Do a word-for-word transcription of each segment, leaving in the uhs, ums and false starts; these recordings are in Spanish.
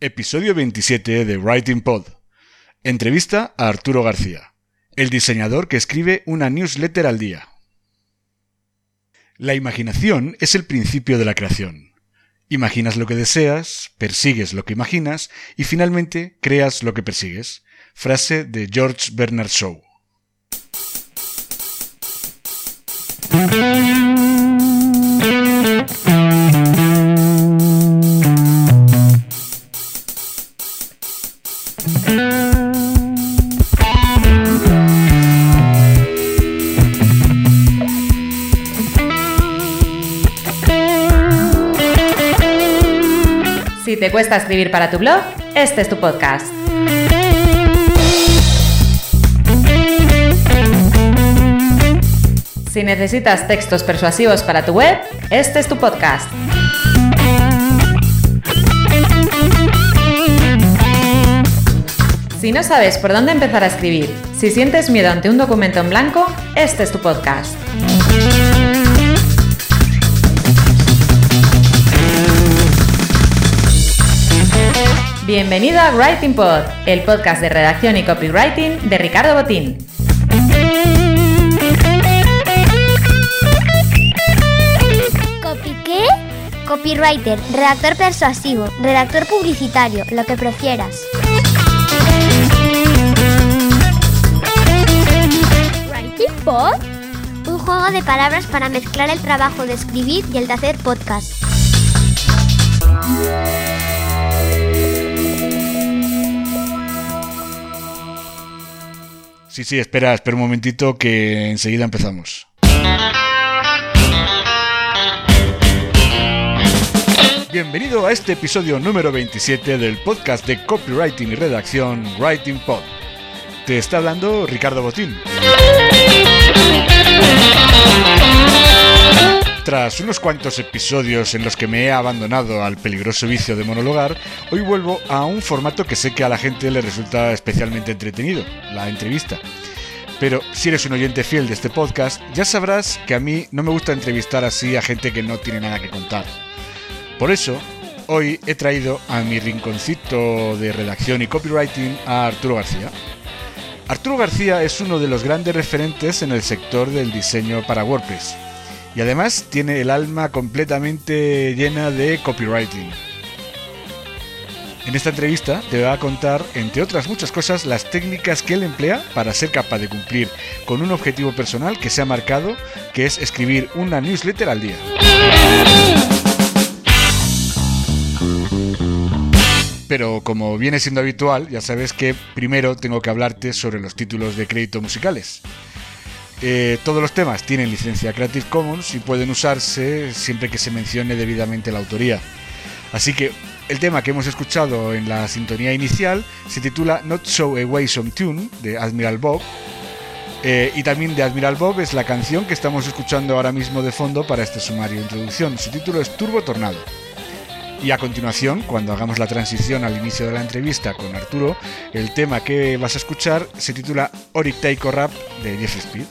Episodio veintisiete de Writing Pod. Entrevista a Arturo García, el diseñador que escribe una newsletter al día. La imaginación es el principio de la creación. Imaginas lo que deseas, persigues lo que imaginas y finalmente creas lo que persigues. Frase de George Bernard Shaw. Si te cuesta escribir para tu blog, este es tu podcast. Si necesitas textos persuasivos para tu web, este es tu podcast. Si no sabes por dónde empezar a escribir, si sientes miedo ante un documento en blanco, este es tu podcast. Bienvenido a Writing Pod, el podcast de redacción y copywriting de Ricardo Botín. ¿Copy qué? Copywriter, redactor persuasivo, redactor publicitario, lo que prefieras. ¿Writing Pod? Un juego de palabras para mezclar el trabajo de escribir y el de hacer podcast. Sí, sí, espera, espera un momentito que enseguida empezamos. Bienvenido a este episodio número veintisiete del podcast de copywriting y redacción Writing Pod. Te está hablando Ricardo Botín. Tras unos cuantos episodios en los que me he abandonado al peligroso vicio de monologar, hoy vuelvo a un formato que sé que a la gente le resulta especialmente entretenido, la entrevista. Pero si eres un oyente fiel de este podcast, ya sabrás que a mí no me gusta entrevistar así a gente que no tiene nada que contar. Por eso, hoy he traído a mi rinconcito de redacción y copywriting a Arturo García. Arturo García es uno de los grandes referentes en el sector del diseño para WordPress. Y además tiene el alma completamente llena de copywriting. En esta entrevista te va a contar, entre otras muchas cosas, las técnicas que él emplea para ser capaz de cumplir con un objetivo personal que se ha marcado, que es escribir una newsletter al día. Pero como viene siendo habitual, ya sabes que primero tengo que hablarte sobre los títulos de crédito musicales. Eh, todos los temas tienen licencia Creative Commons y pueden usarse siempre que se mencione debidamente la autoría. Así que el tema que hemos escuchado en la sintonía inicial se titula Not So Awesome Tune de Admiral Bob, eh, y también de Admiral Bob es la canción que estamos escuchando ahora mismo de fondo para este sumario de introducción. Su título es Turbo Tornado. Y a continuación, cuando hagamos la transición al inicio de la entrevista con Arturo, el tema que vas a escuchar se titula Oric Taiko Rap de Jeff Speed.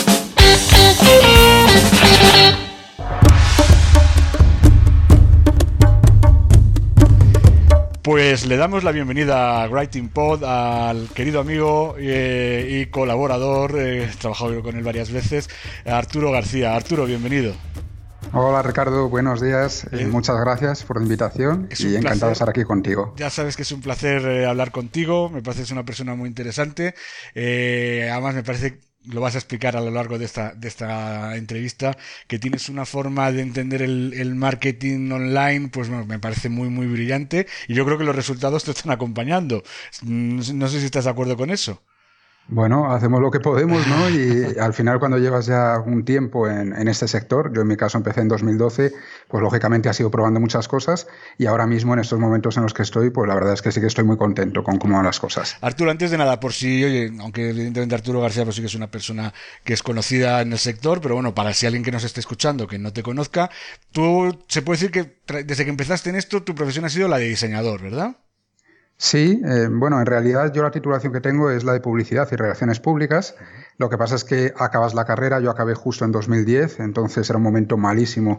Pues le damos la bienvenida a Writing Pod al querido amigo eh, y colaborador, he trabajado con él varias veces, Arturo García. Arturo, bienvenido. Hola Ricardo, buenos días, eh, muchas gracias por la invitación y encantado placer. de estar aquí contigo. Ya sabes que es un placer eh, hablar contigo, me parece que es una persona muy interesante, eh, además me parece, lo vas a explicar a lo largo de esta, de esta entrevista, que tienes una forma de entender el, el marketing online, pues bueno, me parece muy muy brillante y yo creo que los resultados te están acompañando, no sé si estás de acuerdo con eso. Bueno, hacemos lo que podemos, ¿no? Y al final cuando llevas ya un tiempo en, en este sector, yo en mi caso empecé en dos mil doce, pues lógicamente has ido probando muchas cosas y ahora mismo en estos momentos en los que estoy, pues la verdad es que sí que estoy muy contento con cómo van las cosas. Arturo, antes de nada, por si, oye, aunque evidentemente Arturo García pues sí que es una persona que es conocida en el sector, pero bueno, para si alguien que nos esté escuchando que no te conozca, tú se puede decir que desde que empezaste en esto, tu profesión ha sido la de diseñador, ¿verdad? Sí, eh, bueno, en realidad yo la titulación que tengo es la de Publicidad y Relaciones Públicas. Lo que pasa es que acabas la carrera, yo acabé justo en dos mil diez, entonces era un momento malísimo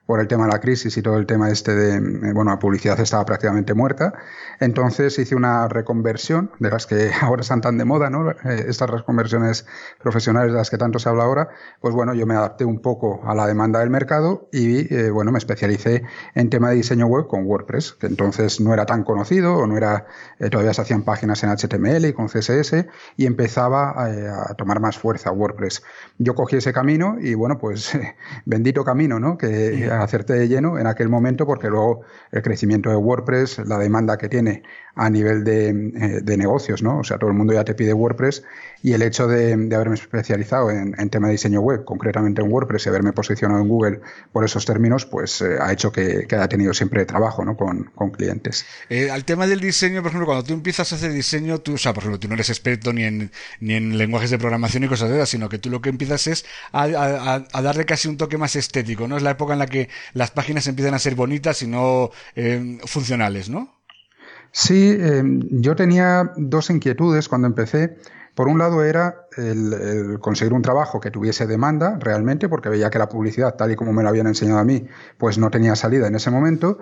por el tema de la crisis y todo el tema este de, bueno, la publicidad estaba prácticamente muerta. Entonces hice una reconversión, de las que ahora están tan de moda, ¿no? Eh, estas reconversiones profesionales de las que tanto se habla ahora. Pues bueno, yo me adapté un poco a la demanda del mercado y, eh, bueno, me especialicé en tema de diseño web con WordPress, que entonces no era tan conocido o no era, eh, todavía se hacían páginas en H T M L y con C S S y empezaba a, a tomar más fuerza WordPress. Yo cogí ese camino y, bueno, pues eh, bendito camino, ¿no? Que sí. Acerté de lleno en aquel momento, porque luego el crecimiento de WordPress, la demanda que tiene a nivel de, eh, de negocios, ¿no? O sea, todo el mundo ya te pide WordPress y el hecho de, de haberme especializado en, en tema de diseño web, concretamente en WordPress y haberme posicionado en Google por esos términos, pues eh, ha hecho que, que haya tenido siempre trabajo, ¿no? con, con clientes. Eh, al tema del diseño, por ejemplo, cuando tú empiezas a hacer diseño, tú, o sea, por ejemplo, tú no eres experto ni en, ni en lenguajes de programación y cosas de esas, sino que tú lo que empiezas es a, a, a darle casi un toque más estético, ¿no? Es la época en la que las páginas empiezan a ser bonitas y no eh, funcionales, ¿no? Sí, eh, yo tenía dos inquietudes cuando empecé. Por un lado era el, el conseguir un trabajo que tuviese demanda realmente, porque veía que la publicidad, tal y como me lo habían enseñado a mí, pues no tenía salida en ese momento.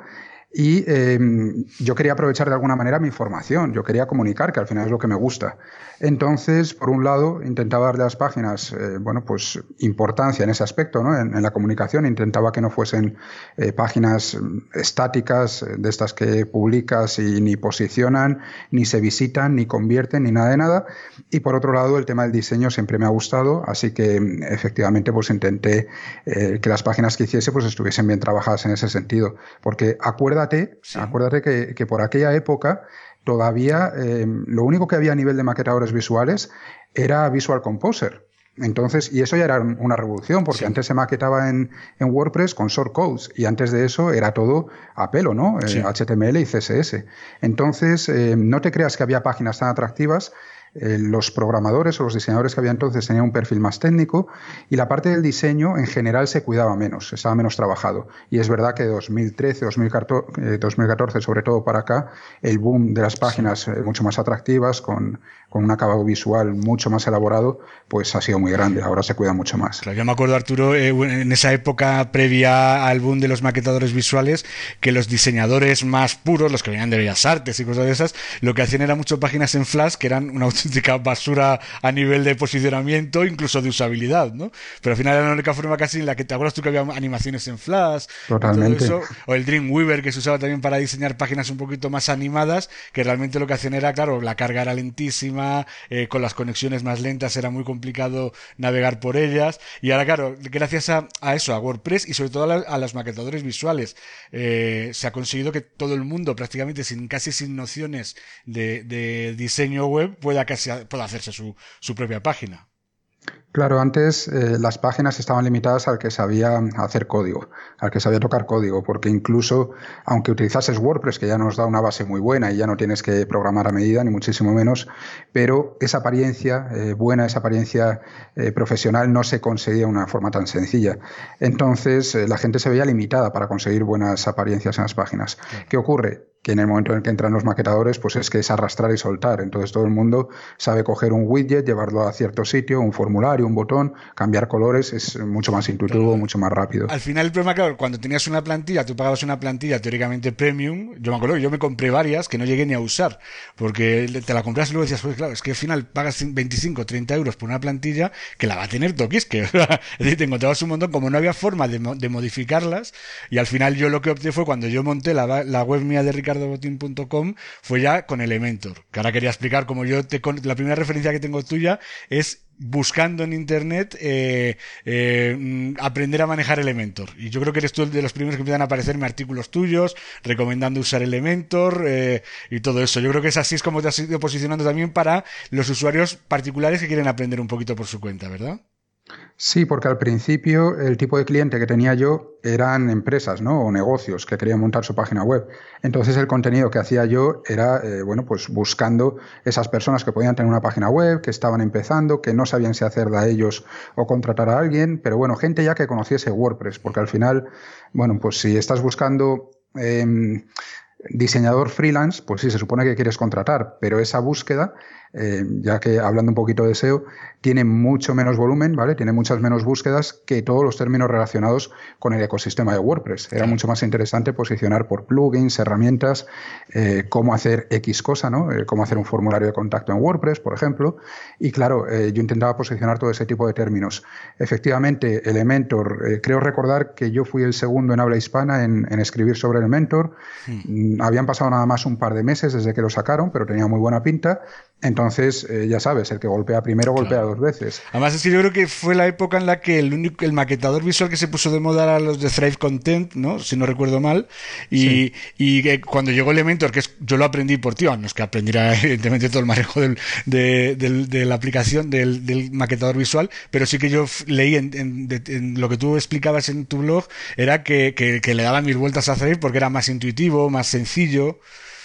Y eh, yo quería aprovechar de alguna manera mi formación, yo quería comunicar, que al final es lo que me gusta. Entonces, por un lado, intentaba darle a las páginas, eh, bueno, pues importancia en ese aspecto, ¿no? En, en la comunicación, intentaba que no fuesen eh, páginas estáticas, de estas que publicas y ni posicionan, ni se visitan, ni convierten, ni nada de nada. Y por otro lado, el tema del diseño siempre me ha gustado, así que efectivamente pues intenté eh, que las páginas que hiciese pues estuviesen bien trabajadas en ese sentido, porque acuérdate Acuérdate, sí. acuérdate que, que por aquella época todavía eh, lo único que había a nivel de maquetadores visuales era Visual Composer. Entonces, y eso ya era una revolución, porque sí. antes se maquetaba en, en WordPress con shortcodes y antes de eso era todo a pelo, ¿no? Sí. Eh, H T M L y C S S. Entonces, eh, no te creas que había páginas tan atractivas. Eh, los programadores o los diseñadores que había entonces tenían un perfil más técnico y la parte del diseño en general se cuidaba menos, estaba menos trabajado. Y es verdad que dos mil trece, dos mil catorce, sobre todo para acá, el boom de las páginas eh, mucho más atractivas, con, con un acabado visual mucho más elaborado, pues ha sido muy grande. Ahora se cuida mucho más. Claro, yo me acuerdo, Arturo, eh, en esa época previa al boom de los maquetadores visuales, que los diseñadores más puros, los que venían de Bellas Artes y cosas de esas, lo que hacían era mucho páginas en Flash, que eran una auténtica basura a nivel de posicionamiento, incluso de usabilidad, ¿no? Pero al final era la única forma casi en la que te acuerdas tú que había animaciones en Flash. Totalmente. Todo eso, o el Dreamweaver, que se usaba también para diseñar páginas un poquito más animadas, que realmente lo que hacían era, claro, la carga era lentísima, eh, con las conexiones más lentas era muy complicado navegar por ellas, y ahora, claro, gracias a, a eso, a WordPress y sobre todo a, la, a los maquetadores visuales, eh, se ha conseguido que todo el mundo, prácticamente sin casi sin nociones de, de diseño web, pueda casi pueda hacerse su, su propia página. Claro, antes eh, las páginas estaban limitadas al que sabía hacer código, al que sabía tocar código, porque incluso aunque utilizases WordPress, que ya nos da una base muy buena y ya no tienes que programar a medida, ni muchísimo menos, pero esa apariencia eh, buena, esa apariencia eh, profesional no se conseguía de una forma tan sencilla. Entonces eh, la gente se veía limitada para conseguir buenas apariencias en las páginas. Sí. ¿Qué ocurre? Que en el momento en el que entran los maquetadores, pues es que es arrastrar y soltar. Entonces todo el mundo sabe coger un widget, llevarlo a cierto sitio, un formulario, un botón, cambiar colores, es mucho más intuitivo, claro. mucho más rápido. Al final el problema, claro, cuando tenías una plantilla, tú pagabas una plantilla teóricamente premium, yo me acuerdo que yo me compré varias que no llegué ni a usar, porque te la compras y luego decías, pues claro, es que al final pagas veinticinco, treinta euros por una plantilla que la va a tener toquisque. Es decir, te encontrabas un montón, como no había forma de, de modificarlas, y al final yo lo que opté fue cuando yo monté la, la web mía de Ricardo botín punto com fue ya con Elementor, que ahora quería explicar como yo te con, la primera referencia que tengo tuya es buscando en internet eh, eh, aprender a manejar Elementor, y yo creo que eres tú de los primeros que empiezan a aparecerme artículos tuyos recomendando usar Elementor eh, y todo eso. Yo creo que es así es como te has ido posicionando también para los usuarios particulares que quieren aprender un poquito por su cuenta, ¿verdad? Sí, porque al principio el tipo de cliente que tenía yo eran empresas, ¿no? O negocios que querían montar su página web. Entonces el contenido que hacía yo era, eh, bueno, pues buscando esas personas que podían tener una página web, que estaban empezando, que no sabían si hacerla a ellos o contratar a alguien, pero bueno, gente ya que conociese WordPress, porque al final, bueno, pues si estás buscando... Eh, Diseñador freelance, pues sí, se supone que quieres contratar, pero esa búsqueda, eh, ya que hablando un poquito de S E O, tiene mucho menos volumen, ¿vale? Tiene muchas menos búsquedas que todos los términos relacionados con el ecosistema de WordPress. Era mucho más interesante posicionar por plugins, herramientas, eh, cómo hacer X cosa, ¿no? Eh, cómo hacer un formulario de contacto en WordPress, por ejemplo. Y claro, eh, yo intentaba posicionar todo ese tipo de términos. Efectivamente, Elementor, eh, creo recordar que yo fui el segundo en habla hispana en, en escribir sobre Elementor. Hmm. Habían pasado nada más un par de meses desde que lo sacaron, pero tenía muy buena pinta. Entonces, eh, ya sabes, el que golpea primero golpea claro. dos veces. Además, es que yo creo que fue la época en la que el único el maquetador visual que se puso de moda era los de Thrive Content, ¿no? Si no recuerdo mal. Y, sí. y eh, cuando llegó Elementor, que es, yo lo aprendí por ti, no es que aprendiera evidentemente todo el manejo del, de, del, de la aplicación del, del maquetador visual, pero sí que yo leí en, en, de, en lo que tú explicabas en tu blog, era que, que, que le daban mil vueltas a Thrive porque era más intuitivo, más sencillo.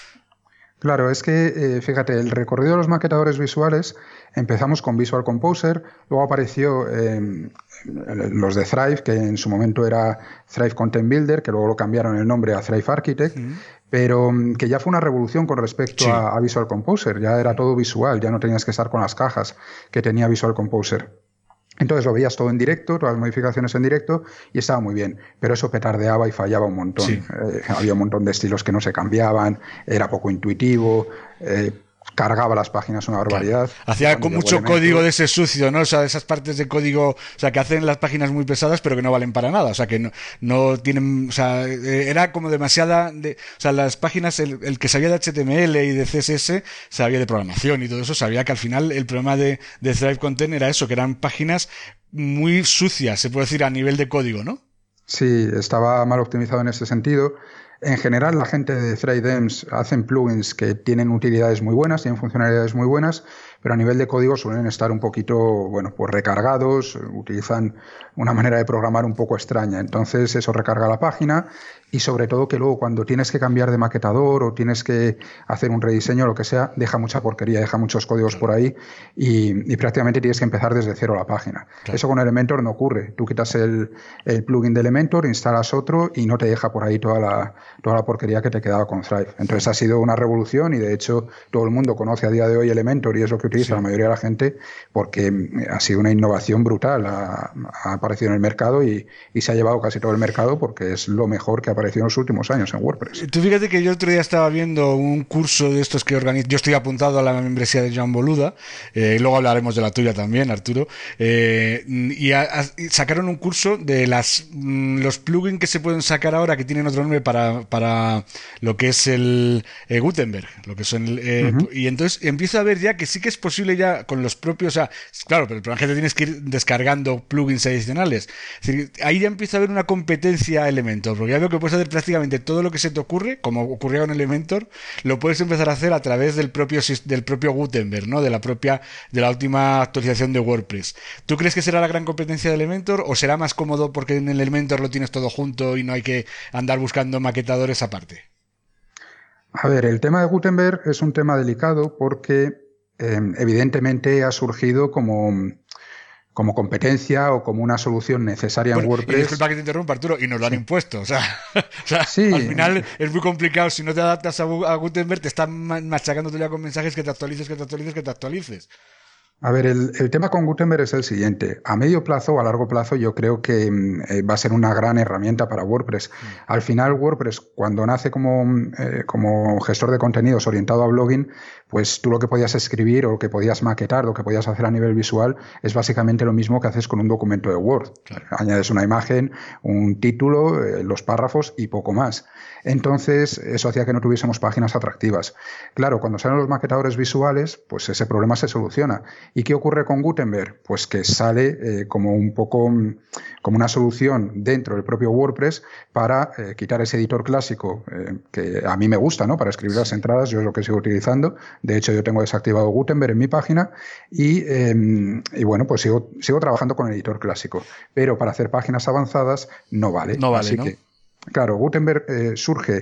Claro, es que, eh, fíjate, el recorrido de los maquetadores visuales, empezamos con Visual Composer, luego apareció eh, los de Thrive, que en su momento era Thrive Content Builder, que luego lo cambiaron el nombre a Thrive Architect, mm. pero que ya fue una revolución con respecto sí. a, a Visual Composer, ya era todo visual, ya no tenías que estar con las cajas que tenía Visual Composer. Entonces lo veías todo en directo, todas las modificaciones en directo, y estaba muy bien. Pero eso petardeaba y fallaba un montón. Sí. Eh, había un montón de estilos que no se cambiaban, era poco intuitivo, eh, cargaba las páginas una barbaridad. Claro. Hacía con mucho código de ese sucio, ¿no? O sea, esas partes de código, o sea, que hacen las páginas muy pesadas, pero que no valen para nada. O sea, que no, no tienen, o sea, era como demasiada, de, o sea, las páginas, el, el que sabía de H T M L y de C S S, sabía de programación y todo eso, sabía que al final el problema de, de Thrive Content era eso, que eran páginas muy sucias, se puede decir, a nivel de código, ¿no? Sí, estaba mal optimizado en ese sentido. En general, la gente de ThriveDems hacen plugins que tienen utilidades muy buenas, tienen funcionalidades muy buenas, pero a nivel de código suelen estar un poquito, bueno, pues recargados, utilizan una manera de programar un poco extraña. Entonces, eso recarga la página y sobre todo que luego cuando tienes que cambiar de maquetador o tienes que hacer un rediseño o lo que sea, deja mucha porquería, deja muchos códigos por ahí y, y prácticamente tienes que empezar desde cero la página. Claro. Eso con Elementor no ocurre. Tú quitas el, el plugin de Elementor, instalas otro y no te deja por ahí toda la, toda la porquería que te quedaba con Thrive. Entonces ha sido una revolución y de hecho todo el mundo conoce a día de hoy Elementor y es lo que utiliza sí. la mayoría de la gente porque ha sido una innovación brutal. Ha, ha aparecido en el mercado y, y se ha llevado casi todo el mercado porque es lo mejor que ha aparecido en los últimos años en WordPress. Tú fíjate que yo otro día estaba viendo un curso de estos que organizo. Yo estoy apuntado a la membresía de Joan Boluda, eh, luego hablaremos de la tuya también, Arturo, eh, y, a, a, y sacaron un curso de las mm, los plugins que se pueden sacar ahora que tienen otro nombre para, para lo que es el eh, Gutenberg, lo que son el, eh, uh-huh. y entonces empiezo a ver ya que sí que es posible ya con los propios, o sea, claro, pero el problema es que te tienes que ir descargando plugins adicionales. Es decir, ahí ya empieza a haber una competencia a Elementor, porque ya veo que puedes hacer prácticamente todo lo que se te ocurre, como ocurría con Elementor, lo puedes empezar a hacer a través del propio del propio Gutenberg, ¿no? De la propia, de la última actualización de WordPress. ¿Tú crees que será la gran competencia de Elementor o será más cómodo porque en el Elementor lo tienes todo junto y no hay que andar buscando maquetadores aparte? A ver, el tema de Gutenberg es un tema delicado porque eh, evidentemente ha surgido como, como competencia o como una solución necesaria bueno, en WordPress. Y disculpa que te interrumpa, Arturo, y nos lo han sí. impuesto. O sea, o sea sí. al final es muy complicado. Si no te adaptas a, a Gutenberg, te están machacando ya con mensajes que te actualices, que te actualices, que te actualices. A ver, el, el tema con Gutenberg es el siguiente. A medio plazo o a largo plazo yo creo que eh, va a ser una gran herramienta para WordPress. Mm. Al final WordPress, cuando nace como, eh, como gestor de contenidos orientado a blogging, pues tú lo que podías escribir o lo que podías maquetar, lo que podías hacer a nivel visual es básicamente lo mismo que haces con un documento de Word. Claro. Añades una imagen, un título, eh, los párrafos y poco más. Entonces, eso hacía que no tuviésemos páginas atractivas. Claro, cuando salen los maquetadores visuales, pues ese problema se soluciona. ¿Y qué ocurre con Gutenberg? Pues que sale eh, como un poco como una solución dentro del propio WordPress para eh, quitar ese editor clásico eh, que a mí me gusta, ¿no? Para escribir las entradas, yo es lo que sigo utilizando. De hecho, yo tengo desactivado Gutenberg en mi página y, eh, y bueno, pues sigo, sigo trabajando con el editor clásico. Pero para hacer páginas avanzadas no vale. No vale, Así ¿no? que, claro, Gutenberg eh, surge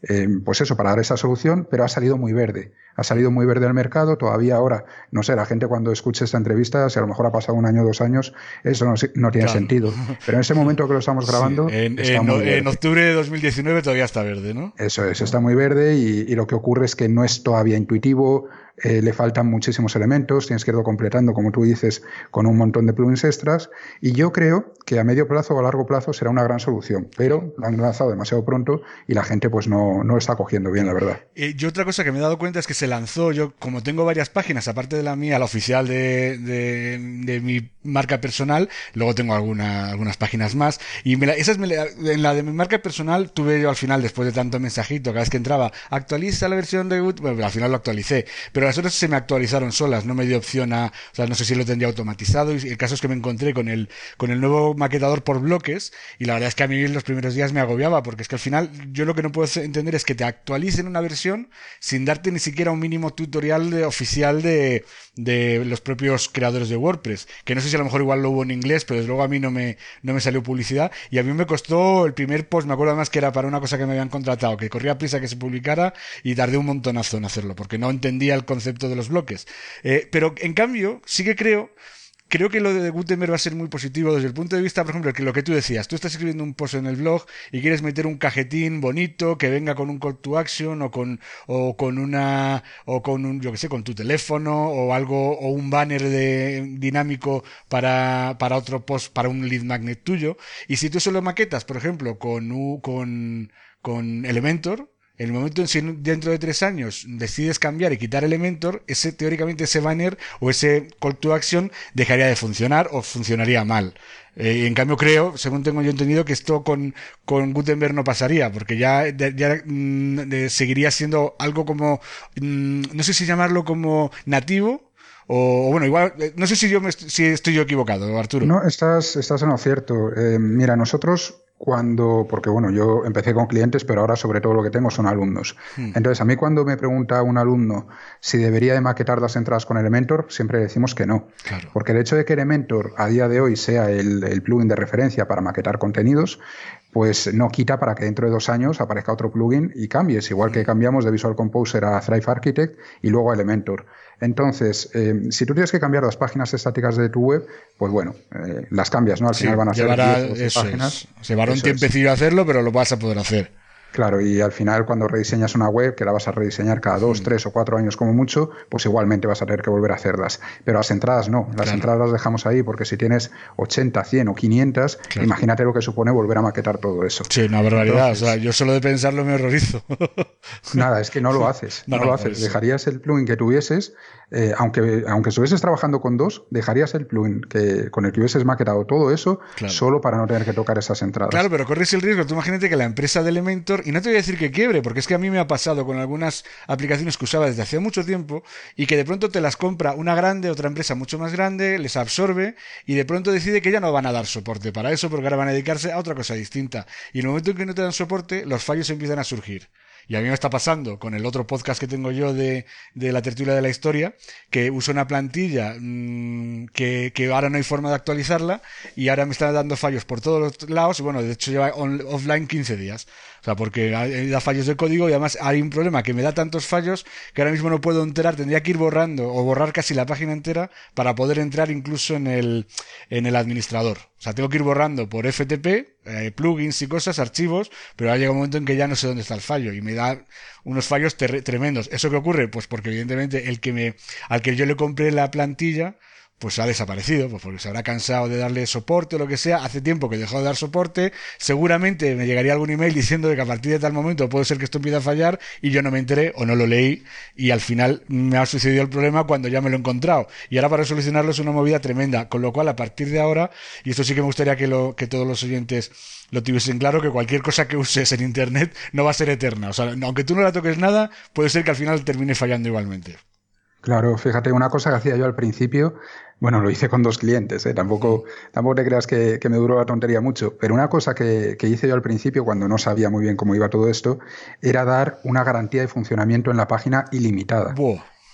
eh, pues eso, para dar esa solución, pero ha salido muy verde. Ha salido muy verde al mercado, todavía ahora, no sé, la gente cuando escuche esta entrevista, si a lo mejor ha pasado un año o dos años, eso no, no tiene claro. sentido. Pero en ese momento que lo estamos grabando... Sí, en, está en, muy en octubre de dos mil diecinueve todavía está verde, ¿no? Eso es, está muy verde y, y lo que ocurre es que no es todavía intuitivo, eh, le faltan muchísimos elementos, tienes que irlo completando, como tú dices, con un montón de plugins extras, y yo creo que a medio plazo o a largo plazo será una gran solución, pero lo han lanzado demasiado pronto y la gente pues no, no está cogiendo bien, la verdad. Eh, yo otra cosa que me he dado cuenta es que se lanzó, yo como tengo varias páginas, aparte de la mía, la oficial de, de, de mi marca personal, luego tengo alguna, algunas páginas más, y me la, esas me la, en la de mi marca personal tuve yo al final, después de tanto mensajito, cada vez que entraba, actualiza la versión de Gut, bueno, al final lo actualicé, pero las otras se me actualizaron solas, no me dio opción a, o sea, no sé si lo tendría automatizado, y el caso es que me encontré con el, con el nuevo maquetador por bloques, y la verdad es que a mí en los primeros días me agobiaba, porque es que al final yo lo que no puedo entender es que te actualicen una versión sin darte ni siquiera un mínimo tutorial de, oficial de, de los propios creadores de WordPress, que no sé si a lo mejor igual lo hubo en inglés, pero desde luego a mí no me, no me salió publicidad, y a mí me costó el primer post, me acuerdo además que era para una cosa que me habían contratado, que corría prisa que se publicara, y tardé un montonazo en hacerlo, porque no entendía el concepto de los bloques. Eh, pero en cambio, sí que creo Creo que lo de Gutenberg va a ser muy positivo desde el punto de vista, por ejemplo, que lo que tú decías, tú estás escribiendo un post en el blog y quieres meter un cajetín bonito que venga con un call to action o con o con una o con un yo que sé, con tu teléfono o algo o un banner de dinámico para para otro post, para un lead magnet tuyo, y si tú solo maquetas, por ejemplo, con u, con con Elementor, en el momento en que dentro de tres años decides cambiar y quitar Elementor, ese teóricamente ese banner o ese call to action dejaría de funcionar o funcionaría mal. Eh, en cambio creo, según tengo yo entendido, que esto con, con Gutenberg no pasaría, porque ya, ya mm, de, seguiría siendo algo como, mm, no sé si llamarlo como nativo, o bueno, igual, no sé si yo me, si estoy yo equivocado, Arturo. No, estás, estás en lo cierto. Eh, mira, nosotros cuando, porque bueno, yo empecé con clientes, pero ahora sobre todo lo que tengo son alumnos. Hmm. Entonces, a mí cuando me pregunta un alumno si debería de maquetar las entradas con Elementor, siempre decimos que no. Claro. Porque el hecho de que Elementor a día de hoy sea el, el plugin de referencia para maquetar contenidos, pues no quita para que dentro de dos años aparezca otro plugin y cambies, igual que cambiamos de Visual Composer a Thrive Architect y luego a Elementor. Entonces, eh, si tú tienes que cambiar las páginas estáticas de tu web, pues bueno, eh, las cambias, ¿no? Al sí, final van a ser diez páginas. Es. Se va a dar un tiempecillo a hacerlo, pero lo vas a poder hacer. Claro, y al final cuando rediseñas una web, que la vas a rediseñar cada dos, sí. tres o cuatro años como mucho, pues igualmente vas a tener que volver a hacerlas. Pero las entradas no, las claro. entradas las dejamos ahí, porque si tienes ochenta, cien o quinientas, claro. imagínate lo que supone volver a maquetar todo eso. Sí, una barbaridad. Entonces, o sea, yo solo de pensarlo me horrorizo. Nada, es que no lo haces, no, no, no lo haces. Pues... Dejarías el plugin que tuvieses, eh, aunque, aunque estuvieses trabajando con dos, dejarías el plugin que, con el que hubieses maquetado todo eso, claro. solo para no tener que tocar esas entradas. Claro, pero corres el riesgo. Tú imagínate que la empresa de Elementor, y no te voy a decir que quiebre, porque es que a mí me ha pasado con algunas aplicaciones que usaba desde hace mucho tiempo y que de pronto te las compra una grande, otra empresa mucho más grande, les absorbe y de pronto decide que ya no van a dar soporte para eso porque ahora van a dedicarse a otra cosa distinta. Y en el momento en que no te dan soporte, los fallos empiezan a surgir. Y a mí me está pasando con el otro podcast que tengo yo de, de la tertulia de la historia, que uso una plantilla mmm, que, que ahora no hay forma de actualizarla y ahora me está dando fallos por todos los lados. Y bueno, de hecho lleva on, offline quince días. O sea, porque da fallos de código y además hay un problema que me da tantos fallos que ahora mismo no puedo entrar, tendría que ir borrando o borrar casi la página entera para poder entrar incluso en el, en el administrador. O sea, tengo que ir borrando por F T P, eh, plugins y cosas, archivos, pero ahora llega un momento en que ya no sé dónde está el fallo y me da unos fallos ter- tremendos. ¿Eso qué ocurre? Pues porque evidentemente el que me, al que yo le compré la plantilla, pues ha desaparecido, pues porque se habrá cansado de darle soporte o lo que sea, hace tiempo que dejó de dar soporte, seguramente me llegaría algún email diciendo que a partir de tal momento puede ser que esto empiece a fallar y yo no me enteré o no lo leí y al final me ha sucedido el problema cuando ya me lo he encontrado y ahora para solucionarlo es una movida tremenda, con lo cual a partir de ahora, y esto sí que me gustaría que, lo, que todos los oyentes lo tuviesen claro, que cualquier cosa que uses en internet no va a ser eterna, o sea, aunque tú no la toques nada, puede ser que al final termine fallando igualmente. Claro, fíjate, una cosa que hacía yo al principio, bueno, lo hice con dos clientes, ¿eh? tampoco, tampoco te creas que, que me duró la tontería mucho, pero una cosa que, que hice yo al principio, cuando no sabía muy bien cómo iba todo esto, era dar una garantía de funcionamiento en la página ilimitada. Wow.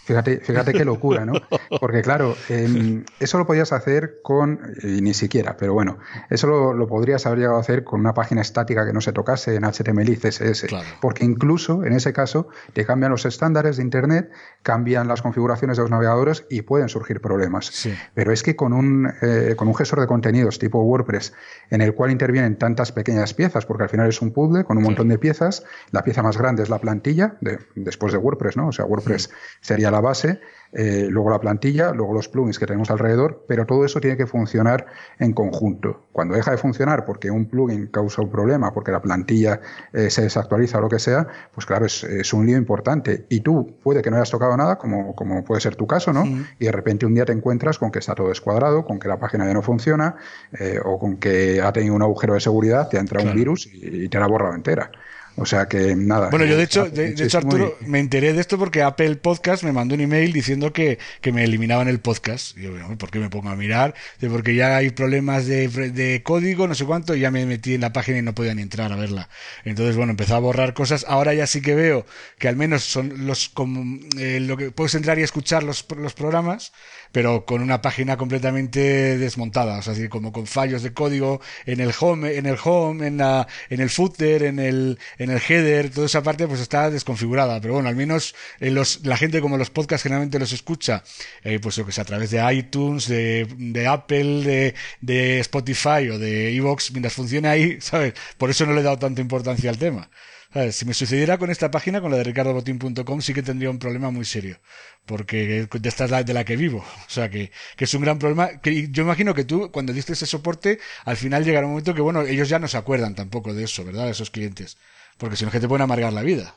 Fíjate, fíjate qué locura, ¿no? Porque claro, eh, eso lo podías hacer con, y ni siquiera, pero bueno, eso lo, lo podrías haber llegado a hacer con una página estática que no se tocase en H T M L y C S S. Claro. Porque incluso en ese caso te cambian los estándares de Internet, cambian las configuraciones de los navegadores y pueden surgir problemas. Sí. Pero es que con un, eh, con un gestor de contenidos tipo WordPress, en el cual intervienen tantas pequeñas piezas, porque al final es un puzzle con un montón de piezas, la pieza más grande es la plantilla, de, después de WordPress, ¿no? O sea, WordPress sí. sería la base, eh, luego la plantilla, luego los plugins que tenemos alrededor, pero todo eso tiene que funcionar en conjunto. Cuando deja de funcionar porque un plugin causa un problema, porque la plantilla eh, se desactualiza o lo que sea, pues claro, es, es un lío importante. Y tú puede que no hayas tocado nada, como, como puede ser tu caso, ¿no? Sí. Y de repente un día te encuentras con que está todo descuadrado, con que la página ya no funciona, eh, o con que ha tenido un agujero de seguridad, te ha entrado claro. un virus y, y te la ha borrado entera. O sea que nada. Bueno, yo de hecho, de, de hecho Arturo, me enteré de esto porque Apple Podcast me mandó un email diciendo que, que me eliminaban el podcast. Y yo, ¿por qué me pongo a mirar? Porque ya hay problemas de, de código, no sé cuánto, y ya me metí en la página y no podía ni entrar a verla. Entonces, bueno, empezó a borrar cosas. Ahora ya sí que veo que al menos son los como, eh, lo que puedes entrar y escuchar los, los programas, pero con una página completamente desmontada, o sea, así como con fallos de código en el home, en el home, en la, en el footer, en el, en el header, toda esa parte pues está desconfigurada, pero bueno, al menos eh, los, la gente como los podcasts generalmente los escucha, eh, pues yo que sé, a través de iTunes, de, de Apple, de, de Spotify o de iVoox, mientras funcione ahí, ¿sabes? Por eso no le he dado tanta importancia al tema. ¿Sabes? Si me sucediera con esta página, con la de ricardo botín punto com, sí que tendría un problema muy serio, porque de esta es la de la que vivo, o sea que, que es un gran problema, que yo imagino que tú cuando diste ese soporte, al final llegará un momento que bueno, ellos ya no se acuerdan tampoco de eso, ¿verdad? Esos clientes, porque si no es que te pueden amargar la vida.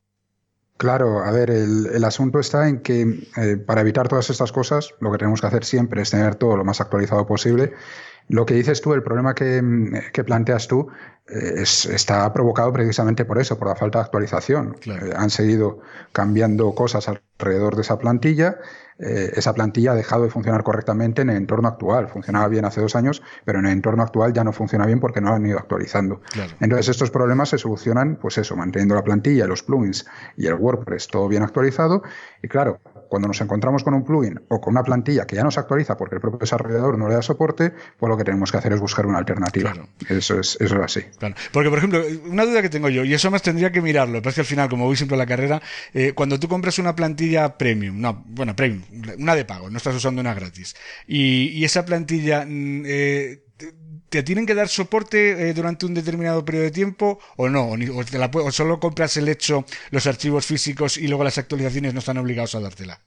Claro, a ver, el, el asunto está en que eh, para evitar todas estas cosas, lo que tenemos que hacer siempre es tener todo lo más actualizado posible. Lo que dices tú, el problema que, que planteas tú, eh, es, está provocado precisamente por eso, por la falta de actualización. Claro. Eh, han seguido cambiando cosas alrededor de esa plantilla. Eh, esa plantilla ha dejado de funcionar correctamente en el entorno actual. Funcionaba bien hace dos años, pero en el entorno actual ya no funciona bien porque no la han ido actualizando. Claro. Entonces estos problemas se solucionan, pues eso, manteniendo la plantilla, los plugins y el WordPress todo bien actualizado. Y claro, cuando nos encontramos con un plugin o con una plantilla que ya no se actualiza porque el propio desarrollador no le da soporte, pues lo que tenemos que hacer es buscar una alternativa. Claro. Eso es, eso es así. Claro. Porque, por ejemplo, una duda que tengo yo, y eso más tendría que mirarlo, pero es que al final, como voy siempre a la carrera, eh, cuando tú compras una plantilla premium, no, bueno, premium, una de pago, no estás usando una gratis, y, y esa plantilla eh, te, te tienen que dar soporte eh, durante un determinado periodo de tiempo o no, o, ni, o, te la, o solo compras el hecho, los archivos físicos y luego las actualizaciones no están obligados a dártela.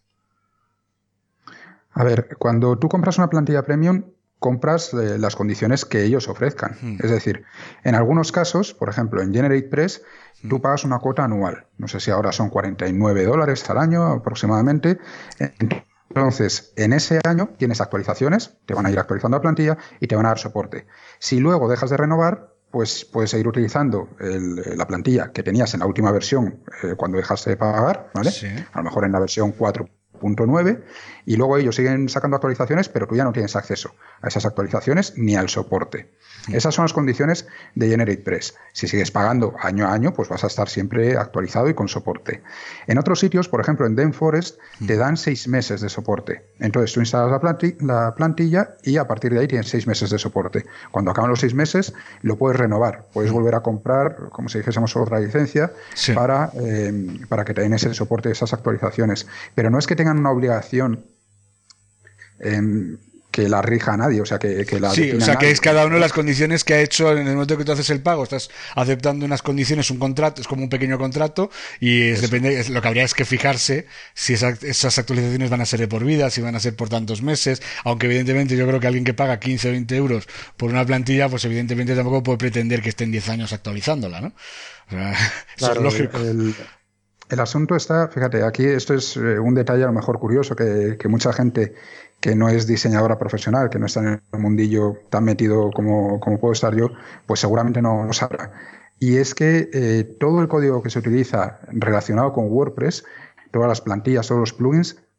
A ver, cuando tú compras una plantilla premium, compras eh, las condiciones que ellos ofrezcan. Hmm. Es decir, en algunos casos, por ejemplo, en GeneratePress, hmm. tú pagas una cuota anual. No sé si ahora son cuarenta y nueve dólares al año aproximadamente. Entonces, en ese año tienes actualizaciones, te van a ir actualizando la plantilla y te van a dar soporte. Si luego dejas de renovar, pues puedes seguir utilizando el, la plantilla que tenías en la última versión eh, cuando dejaste de pagar, ¿vale? Sí. A lo mejor en la versión cuatro punto nueve, y luego ellos siguen sacando actualizaciones, pero tú ya no tienes acceso a esas actualizaciones ni al soporte. Sí. Esas son las condiciones de GeneratePress. Si sigues pagando año a año, pues vas a estar siempre actualizado y con soporte. En otros sitios, por ejemplo en ThemeForest, sí. te dan seis meses de soporte. Entonces tú instalas la, planti la plantilla y a partir de ahí tienes seis meses de soporte. Cuando acaban los seis meses, lo puedes renovar. Puedes sí. volver a comprar, como si dijésemos, otra licencia sí. para, eh, para que te den ese soporte de esas actualizaciones. Pero no es que tengan una obligación eh, que la rija a nadie, o sea, que, que la sí, o sea, nadie. Que es cada uno de las condiciones que ha hecho en el momento que tú haces el pago, estás aceptando unas condiciones, un contrato, es como un pequeño contrato y es, depende, es, lo que habría es que fijarse si esa, esas actualizaciones van a ser de por vida, si van a ser por tantos meses, aunque evidentemente yo creo que alguien que paga quince o veinte euros por una plantilla, pues evidentemente tampoco puede pretender que estén diez años actualizándola, ¿no? O sea, claro, eso es lógico. El, el asunto está, fíjate, aquí esto es un detalle a lo mejor curioso que, que mucha gente que no es diseñadora profesional, que no está en el mundillo tan metido como, como puedo estar yo, pues seguramente no lo sabrá. Y es que eh, todo el código que se utiliza relacionado con WordPress, todas las plantillas, todos los plugins,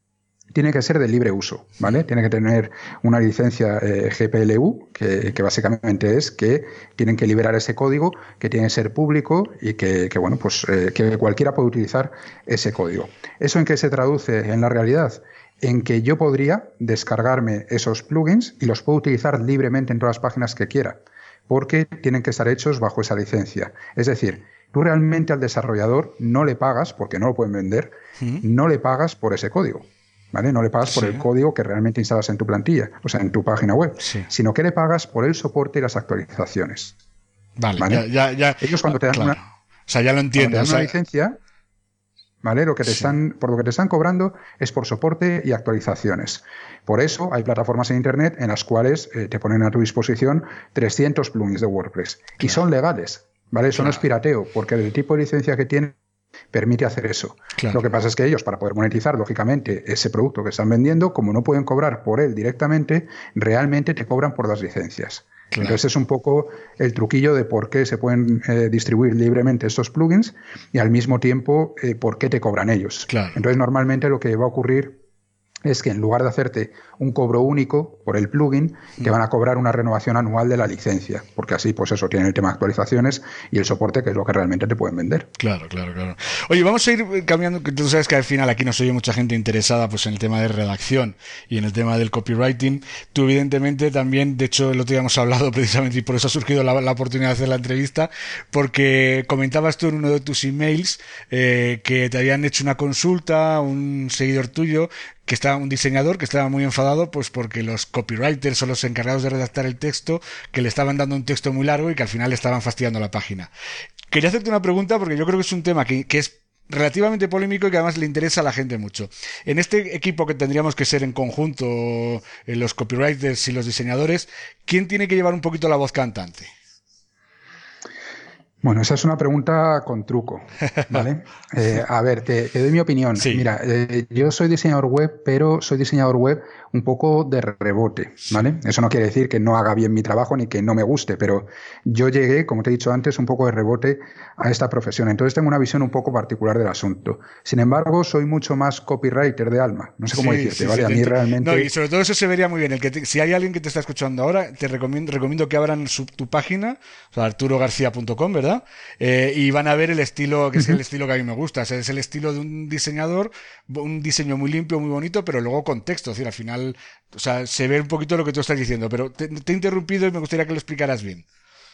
tiene que ser de libre uso, ¿vale? Tiene que tener una licencia eh, G P L U, que, que básicamente es que tienen que liberar ese código, que tiene que ser público y que, que bueno, pues eh, que cualquiera puede utilizar ese código. ¿Eso en qué se traduce en la realidad? En que yo podría descargarme esos plugins y los puedo utilizar libremente en todas las páginas que quiera, porque tienen que estar hechos bajo esa licencia. Es decir, tú realmente al desarrollador no le pagas, porque no lo pueden vender, ¿Mm? no le pagas por ese código. ¿Vale? No le pagas por sí. el código que realmente instalas en tu plantilla, o sea, en tu página web, sí. sino que le pagas por el soporte y las actualizaciones. Vale, ¿vale? Ya, ya, ya. Ellos cuando te dan claro. una, o sea, ya lo entiendo. Te dan o sea, una licencia, ¿vale? Lo que te sí. están, por lo que te están cobrando es por soporte y actualizaciones. Por eso hay plataformas en Internet en las cuales eh, te ponen a tu disposición trescientos plugins de WordPress claro. y son legales, ¿vale? Eso claro. no es pirateo, porque el tipo de licencia que tienen permite hacer eso. Claro. Lo que pasa es que ellos, para poder monetizar, lógicamente, ese producto que están vendiendo, como no pueden cobrar por él directamente, realmente te cobran por las licencias. Claro. Entonces es un poco el truquillo de por qué se pueden eh, distribuir libremente estos plugins y al mismo tiempo eh, por qué te cobran ellos. Claro. Entonces normalmente lo que va a ocurrir es que en lugar de hacerte un cobro único por el plugin, te van a cobrar una renovación anual de la licencia, porque así, pues eso, tienen el tema de actualizaciones y el soporte, que es lo que realmente te pueden vender. Claro, claro, claro. Oye, vamos a ir cambiando, que tú sabes que al final aquí nos oye mucha gente interesada pues en el tema de redacción y en el tema del copywriting. Tú, evidentemente, también, de hecho, el otro día hemos hablado precisamente y por eso ha surgido la, la oportunidad de hacer la entrevista, porque comentabas tú en uno de tus emails eh, que te habían hecho una consulta, un seguidor tuyo, que estaba un diseñador que estaba muy enfadado pues porque los copywriters o los encargados de redactar el texto que le estaban dando un texto muy largo y que al final le estaban fastidiando la página. Quería hacerte una pregunta porque yo creo que es un tema que, que es relativamente polémico y que además le interesa a la gente mucho. En este equipo que tendríamos que ser en conjunto, eh, los copywriters y los diseñadores, ¿quién tiene que llevar un poquito la voz cantante? Bueno, esa es una pregunta con truco, ¿vale? Eh, a ver, te, te doy mi opinión. Sí. Mira, eh, yo soy diseñador web, pero soy diseñador web un poco de rebote, ¿vale? Eso no quiere decir que no haga bien mi trabajo ni que no me guste, pero yo llegué, como te he dicho antes, un poco de rebote a esta profesión. Entonces tengo una visión un poco particular del asunto. Sin embargo, soy mucho más copywriter de alma. No sé cómo sí, decirte, sí, ¿vale? Sí, a mí te... realmente... No, y sobre todo eso se vería muy bien. El que te... Si hay alguien que te está escuchando ahora, te recomiendo, recomiendo que abran su, tu página, o sea, arturo garcía punto com, ¿verdad? Eh, y van a ver el estilo, que es el estilo que a mí me gusta. O sea, es el estilo de un diseñador, un diseño muy limpio, muy bonito, pero luego con texto. Es decir, al final, o sea, se ve un poquito lo que tú estás diciendo, pero te, te he interrumpido y me gustaría que lo explicaras bien.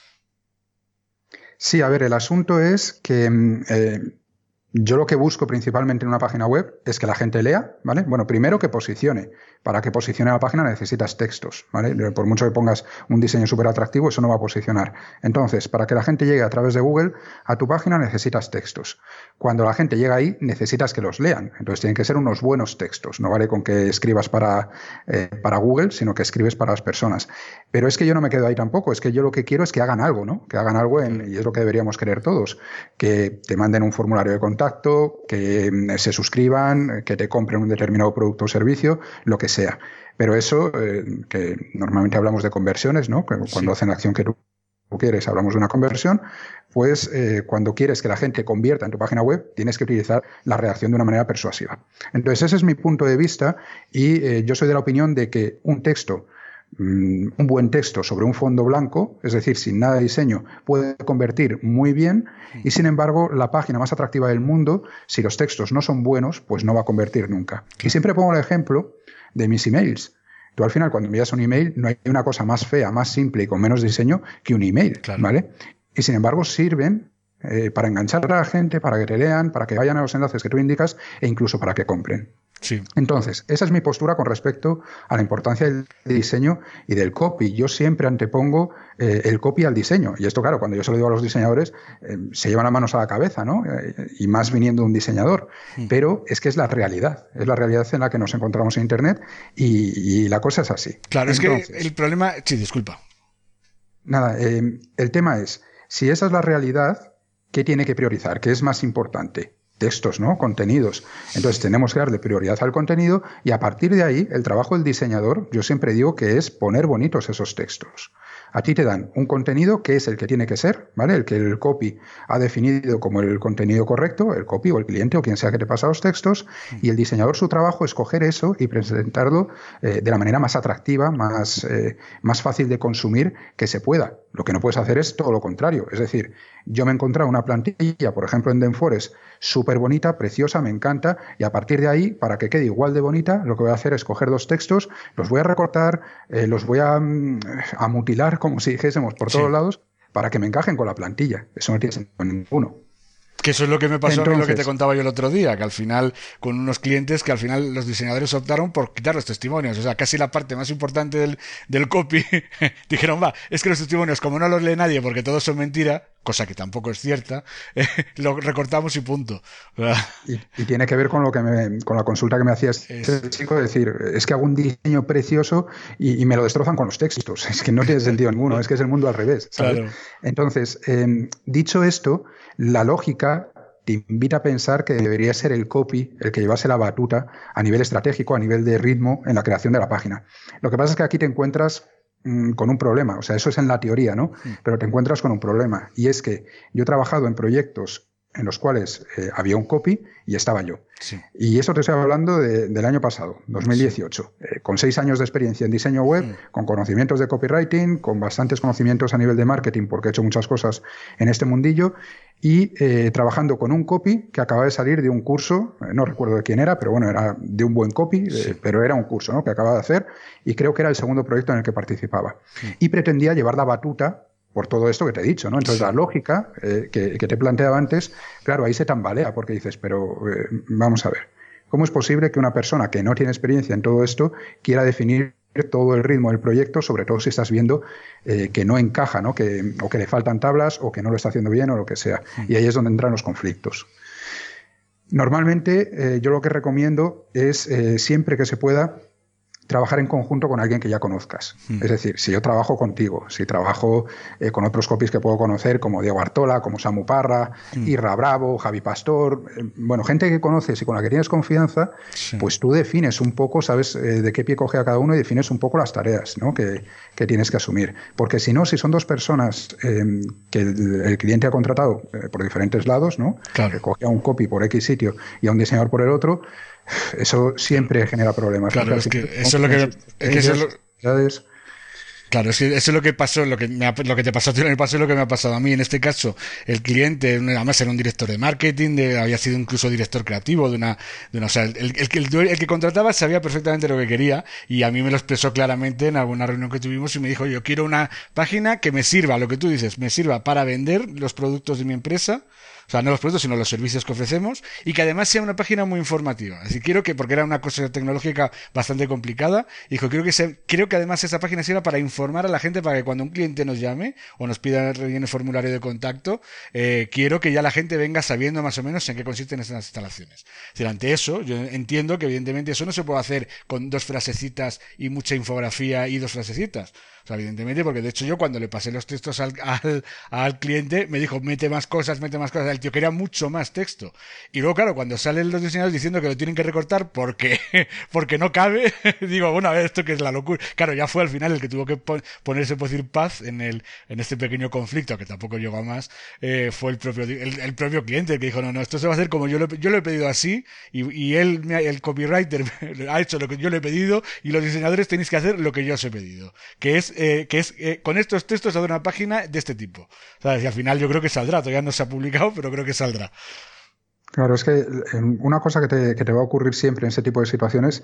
Sí, a ver, el asunto es que eh, yo lo que busco principalmente en una página web es que la gente lea, ¿vale? Bueno, primero que posicione. Para que posicione la página necesitas textos, ¿vale? Por mucho que pongas un diseño súper atractivo, eso no va a posicionar. Entonces, para que la gente llegue a través de Google a tu página necesitas textos. Cuando la gente llega ahí, necesitas que los lean. Entonces, tienen que ser unos buenos textos. No vale con que escribas para, eh, para Google, sino que escribes para las personas. Pero es que yo no me quedo ahí tampoco. Es que yo lo que quiero es que hagan algo, ¿no? Que hagan algo, en, y es lo que deberíamos querer todos. Que te manden un formulario de contacto, que se suscriban, que te compren un determinado producto o servicio, lo que sea. Pero eso, eh, que normalmente hablamos de conversiones, ¿no? Que cuando sí. hacen la acción que tú quieres, hablamos de una conversión, pues eh, cuando quieres que la gente convierta en tu página web, tienes que utilizar la redacción de una manera persuasiva. Entonces, ese es mi punto de vista y eh, yo soy de la opinión de que un texto, um, un buen texto sobre un fondo blanco, es decir, sin nada de diseño, puede convertir muy bien y, sin embargo, la página más atractiva del mundo, si los textos no son buenos, pues no va a convertir nunca. Y siempre pongo el ejemplo de mis emails. Tú al final, cuando envías un email, no hay una cosa más fea, más simple y con menos diseño que un email, claro. ¿vale? Y sin embargo sirven eh, para enganchar a la gente, para que te lean, para que vayan a los enlaces que tú indicas e incluso para que compren. Sí. Entonces, esa es mi postura con respecto a la importancia del diseño y del copy. Yo siempre antepongo eh, el copy al diseño. Y esto, claro, cuando yo se lo digo a los diseñadores, eh, se llevan las manos a la cabeza, ¿no? Eh, y más viniendo de un diseñador. Mm. Pero es que es la realidad. Es la realidad en la que nos encontramos en Internet y, y la cosa es así. Claro, entonces, es que el problema... Sí, disculpa. Nada, eh, el tema es, si esa es la realidad, ¿qué tiene que priorizar? ¿Qué es más importante? Textos, ¿no? Contenidos. Entonces tenemos que darle prioridad al contenido y a partir de ahí el trabajo del diseñador, yo siempre digo que es poner bonitos esos textos. A ti te dan un contenido que es el que tiene que ser, ¿vale? El que el copy ha definido como el contenido correcto, el copy o el cliente o quien sea que te pasa los textos, y el diseñador, su trabajo es coger eso y presentarlo eh, de la manera más atractiva, más, eh, más fácil de consumir que se pueda. Lo que no puedes hacer es todo lo contrario. Es decir, yo me he encontrado una plantilla, por ejemplo en Denforest, súper bonita, preciosa, me encanta, y a partir de ahí, para que quede igual de bonita, lo que voy a hacer es coger dos textos, los voy a recortar, eh, los voy a, a mutilar, como si dijésemos, por todos sí. lados, para que me encajen con la plantilla. Eso no tiene sentido ninguno. Que eso es lo que me pasó Entonces, a mí, lo que te contaba yo el otro día, que al final, con unos clientes, que al final los diseñadores optaron por quitar los testimonios. O sea, casi la parte más importante del, del copy, dijeron, va, es que los testimonios, como no los lee nadie porque todos son mentira, cosa que tampoco es cierta, eh, lo recortamos y punto. Y, y tiene que ver con lo que me, con la consulta que me hacía este es... chico, es decir, es que hago un diseño precioso y, y me lo destrozan con los textos. Es que no tiene sentido ninguno, es que es el mundo al revés, ¿sabes? Claro. Entonces, eh, dicho esto, la lógica te invita a pensar que debería ser el copy el que llevase la batuta a nivel estratégico, a nivel de ritmo en la creación de la página. Lo que pasa es que aquí te encuentras mmm, con un problema, o sea, eso es en la teoría, ¿no? Sí. Pero te encuentras con un problema, y es que yo he trabajado en proyectos en los cuales eh, había un copy y estaba yo. Sí. Y eso te estoy hablando de, del año pasado, dos mil dieciocho, sí. eh, con seis años de experiencia en diseño web, sí. con conocimientos de copywriting, con bastantes conocimientos a nivel de marketing, porque he hecho muchas cosas en este mundillo, y eh, trabajando con un copy que acababa de salir de un curso, eh, no recuerdo de quién era, pero bueno, era de un buen copy, sí. eh, pero era un curso, ¿no?, que acababa de hacer, y creo que era el segundo proyecto en el que participaba. Sí. Y pretendía llevar la batuta por todo esto que te he dicho, ¿no? Entonces, sí. la lógica eh, que, que te planteaba antes, claro, ahí se tambalea, porque dices, pero eh, vamos a ver, ¿cómo es posible que una persona que no tiene experiencia en todo esto quiera definir todo el ritmo del proyecto, sobre todo si estás viendo eh, que no encaja, ¿no?, que, o que le faltan tablas, o que no lo está haciendo bien, o lo que sea? Sí. Y ahí es donde entran los conflictos. Normalmente, eh, yo lo que recomiendo es, eh, siempre que se pueda, trabajar en conjunto con alguien que ya conozcas. Mm. Es decir, si yo trabajo contigo, si trabajo eh, con otros copies que puedo conocer, como Diego Artola, como Samu Parra, mm. Irra Bravo, Javi Pastor, eh, bueno, gente que conoces y con la que tienes confianza, sí. pues tú defines un poco, sabes eh, de qué pie coge a cada uno, y defines un poco las tareas, ¿no?, que, que tienes que asumir. Porque si no, si son dos personas eh, que el, el cliente ha contratado eh, por diferentes lados, ¿no?, claro. que coge a un copy por X sitio y a un diseñador por el otro, eso siempre genera problemas. Claro, es que eso es lo que, es que eso es lo... Claro, es que eso es lo que pasó, lo que, me ha, lo que te pasó a ti el año pasado, es lo que me ha pasado a mí. En este caso, el cliente, además era un director de marketing, de, había sido incluso director creativo de una, de una o sea, el, el, el, el que contrataba sabía perfectamente lo que quería, y a mí me lo expresó claramente en alguna reunión que tuvimos, y me dijo, yo quiero una página que me sirva, lo que tú dices, me sirva para vender los productos de mi empresa. O sea, no los productos, sino los servicios que ofrecemos, y que además sea una página muy informativa. Es decir, quiero que, porque era una cosa tecnológica bastante complicada, y dijo, quiero que sea, creo que además esa página sirva para informar a la gente, para que cuando un cliente nos llame o nos pida rellene formulario de contacto, eh, quiero que ya la gente venga sabiendo más o menos en qué consisten esas instalaciones. Es decir, ante eso, yo entiendo que evidentemente eso no se puede hacer con dos frasecitas y mucha infografía y dos frasecitas. O sea, evidentemente, porque de hecho yo cuando le pasé los textos al, al, al cliente, me dijo, mete más cosas, mete más cosas. El tío quería mucho más texto. Y luego, claro, cuando salen los diseñadores diciendo que lo tienen que recortar porque, porque no cabe, digo, bueno, a ver, esto que es la locura. Claro, ya fue al final el que tuvo que pon, ponerse, por decir, paz en el, en este pequeño conflicto, que tampoco llegó a más, eh, fue el propio, el, el propio cliente el que dijo, no, no, esto se va a hacer como yo lo, yo lo he pedido así, y, y él, el copywriter, ha hecho lo que yo le he pedido, y los diseñadores tenéis que hacer lo que yo os he pedido, que es Eh, que es eh, con estos textos hacer una página de este tipo. ¿Sabes? Y al final yo creo que saldrá, todavía no se ha publicado, pero creo que saldrá. Claro, es que una cosa que te, que te va a ocurrir siempre en ese tipo de situaciones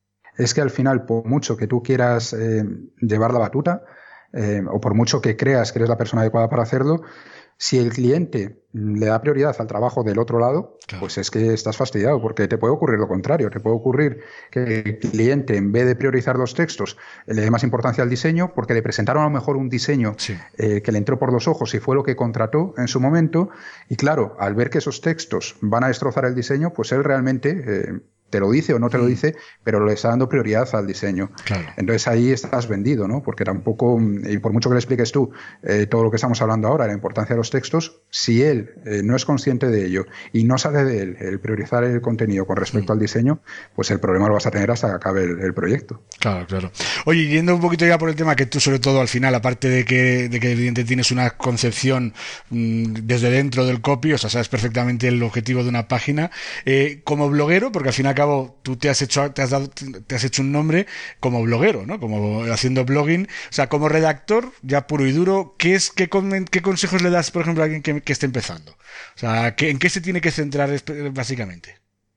es que al final, por mucho que tú quieras eh, llevar la batuta, eh, o por mucho que creas que eres la persona adecuada para hacerlo, si el cliente le da prioridad al trabajo del otro lado, claro. pues es que estás fastidiado, porque te puede ocurrir lo contrario. Te puede ocurrir que el cliente, en vez de priorizar los textos, le dé más importancia al diseño, porque le presentaron a lo mejor un diseño sí. eh, que le entró por los ojos y fue lo que contrató en su momento. Y claro, al ver que esos textos van a destrozar el diseño, pues él realmente... Eh, te lo dice o no te lo dice, pero le está dando prioridad al diseño. Claro. Entonces ahí estás vendido, ¿no? Porque tampoco, y por mucho que le expliques tú eh, todo lo que estamos hablando ahora, la importancia de los textos, si él eh, no es consciente de ello y no sale de él el priorizar el contenido con respecto mm. al diseño, pues el problema lo vas a tener hasta que acabe el, el proyecto. Claro, claro. Oye, yendo un poquito ya por el tema que tú, sobre todo al final, aparte de que, de que evidentemente tienes una concepción mmm, desde dentro del copy, o sea, sabes perfectamente el objetivo de una página, eh, como bloguero, porque al fin y al cabo tú te has hecho, te has dado, te has hecho un nombre como bloguero, ¿no? Como haciendo blogging, o sea, como redactor, ya puro y duro, ¿qué es, qué, qué consejos le das, por ejemplo, a alguien que, que esté empezando? O sea, ¿qué, ¿en qué se tiene que centrar básicamente?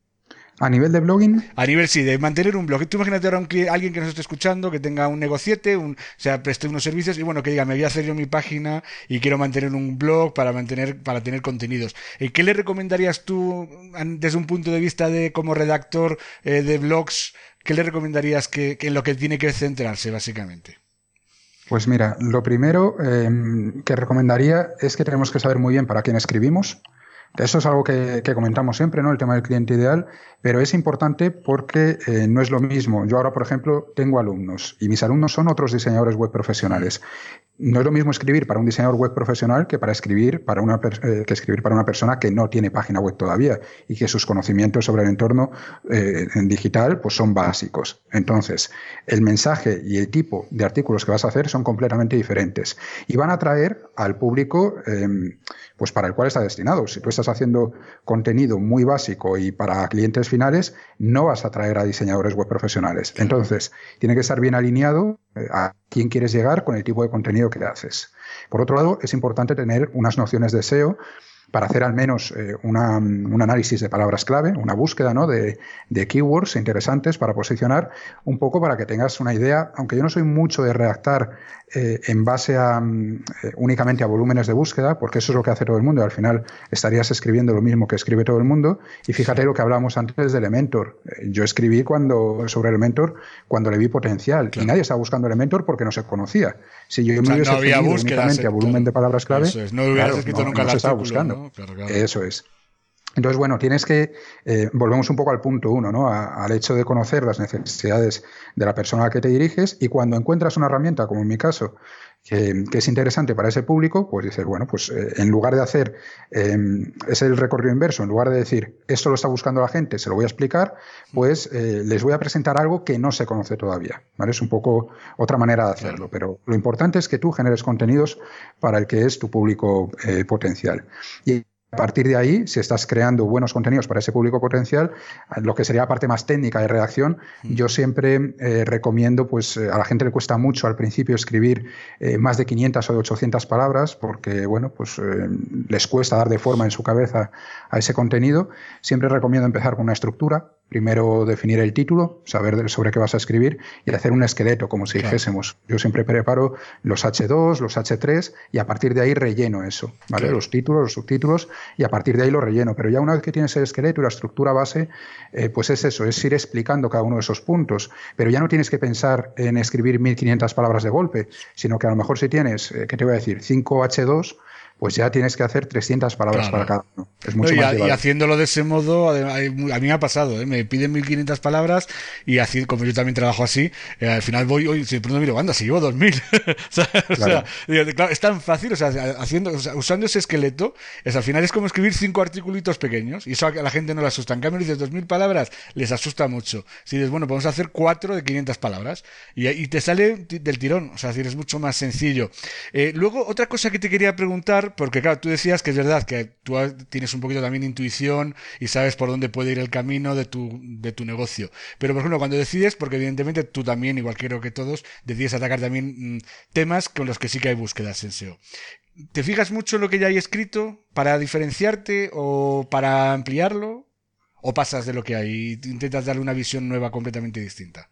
¿A nivel de blogging? A nivel, sí, de mantener un blog. Tú imagínate ahora un, alguien que nos esté escuchando, que tenga un negociete, un, o sea, preste unos servicios y bueno, que diga, me voy a hacer yo mi página y quiero mantener un blog para mantener, para tener contenidos. ¿Qué le recomendarías tú desde un punto de vista de como redactor eh, de blogs? ¿Qué le recomendarías que, que en lo que tiene que centrarse básicamente? Pues mira, lo primero eh, que recomendaría es que tenemos que saber muy bien para quién escribimos. Eso es algo que, que comentamos siempre, ¿no? El tema del cliente ideal, pero es importante porque eh, no es lo mismo. Yo ahora, por ejemplo, tengo alumnos y mis alumnos son otros diseñadores web profesionales. No es lo mismo escribir para un diseñador web profesional que para escribir para una eh, que escribir para una persona que no tiene página web todavía y que sus conocimientos sobre el entorno eh, en digital pues son básicos. Entonces, el mensaje y el tipo de artículos que vas a hacer son completamente diferentes y van a atraer al público eh, pues para el cual está destinado. Si tú estás haciendo contenido muy básico y para clientes finales, no vas a atraer a diseñadores web profesionales. Entonces, tiene que estar bien alineado a quién quieres llegar con el tipo de contenido que haces. Por otro lado, es importante tener unas nociones de S E O para hacer al menos eh, una, un análisis de palabras clave, una búsqueda, ¿no? de, de keywords interesantes para posicionar un poco para que tengas una idea, aunque yo no soy mucho de redactar eh, en base a eh, únicamente a volúmenes de búsqueda, porque eso es lo que hace todo el mundo y al final estarías escribiendo lo mismo que escribe todo el mundo. Y fíjate lo que hablábamos antes de Elementor. Eh, yo escribí cuando sobre Elementor cuando le vi potencial, claro. Y nadie estaba buscando Elementor porque no se conocía. Si yo me o sea, hubiese no había únicamente a volumen claro. de palabras clave, eso es. No hubieras claro, escrito no, nunca no el se artículo, estaba buscando. ¿no? Claro, claro. Eso es. Entonces, bueno, tienes que, eh, volvemos un poco al punto uno, ¿no? A, al hecho de conocer las necesidades de la persona a la que te diriges y cuando encuentras una herramienta, como en mi caso, que, que es interesante para ese público, pues dices, bueno, pues eh, en lugar de hacer, eh, es el recorrido inverso, en lugar de decir, esto lo está buscando la gente, se lo voy a explicar, pues eh, les voy a presentar algo que no se conoce todavía, ¿vale? Es un poco otra manera de hacerlo, pero lo importante es que tú generes contenidos para el que es tu público eh, potencial. Y a partir de ahí, si estás creando buenos contenidos para ese público potencial, lo que sería la parte más técnica de redacción, mm. yo siempre eh, recomiendo, pues a la gente le cuesta mucho al principio escribir eh, más de quinientas o de ochocientas palabras, porque bueno, pues eh, les cuesta dar de forma en su cabeza a ese contenido. Siempre recomiendo empezar con una estructura. Primero definir el título, saber sobre qué vas a escribir y hacer un esqueleto, como si claro. dijésemos. Yo siempre preparo los hache dos, los hache tres y a partir de ahí relleno eso, ¿vale? Claro. Los títulos, los subtítulos y a partir de ahí lo relleno. Pero ya una vez que tienes el esqueleto y la estructura base, eh, pues es eso, es ir explicando cada uno de esos puntos. Pero ya no tienes que pensar en escribir mil quinientas palabras de golpe, sino que a lo mejor si tienes, eh, ¿qué te voy a decir? cinco hache dos, pues ya tienes que hacer trescientas palabras claro. para cada uno. Es mucho no, y, más a, y haciéndolo de ese modo, a, a mí me ha pasado, ¿eh? Me piden mil quinientas palabras y así, como yo también trabajo así, eh, al final voy, hoy de pronto miro, anda, si llevo dos mil. o sea, claro. o sea digo, claro, es tan fácil, o sea, haciendo, o sea, usando ese esqueleto, es, al final es como escribir cinco articulitos pequeños y eso a la gente no le asusta. En cambio, dices dos mil palabras, les asusta mucho. Si dices, bueno, podemos hacer cuatro de quinientas palabras y, y te sale del tirón, o sea, es, decir, es mucho más sencillo. Eh, luego, otra cosa que te quería preguntar, porque claro, tú decías que es verdad que tú tienes un poquito también de intuición y sabes por dónde puede ir el camino de tu, de tu negocio. Pero, por ejemplo, cuando decides, porque evidentemente tú también, igual creo que todos, decides atacar también mmm, temas con los que sí que hay búsquedas en S E O. ¿Te fijas mucho en lo que ya hay escrito para diferenciarte o para ampliarlo? ¿O pasas de lo que hay e intentas darle una visión nueva completamente distinta?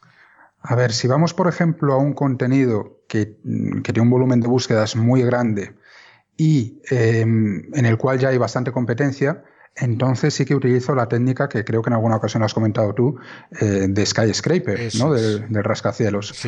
A ver, si vamos, por ejemplo, a un contenido que, que tiene un volumen de búsquedas muy grande y eh, en el cual ya hay bastante competencia, entonces sí que utilizo la técnica que creo que en alguna ocasión has comentado tú, eh, de skyscraper, ¿no? Del, del rascacielos. Sí.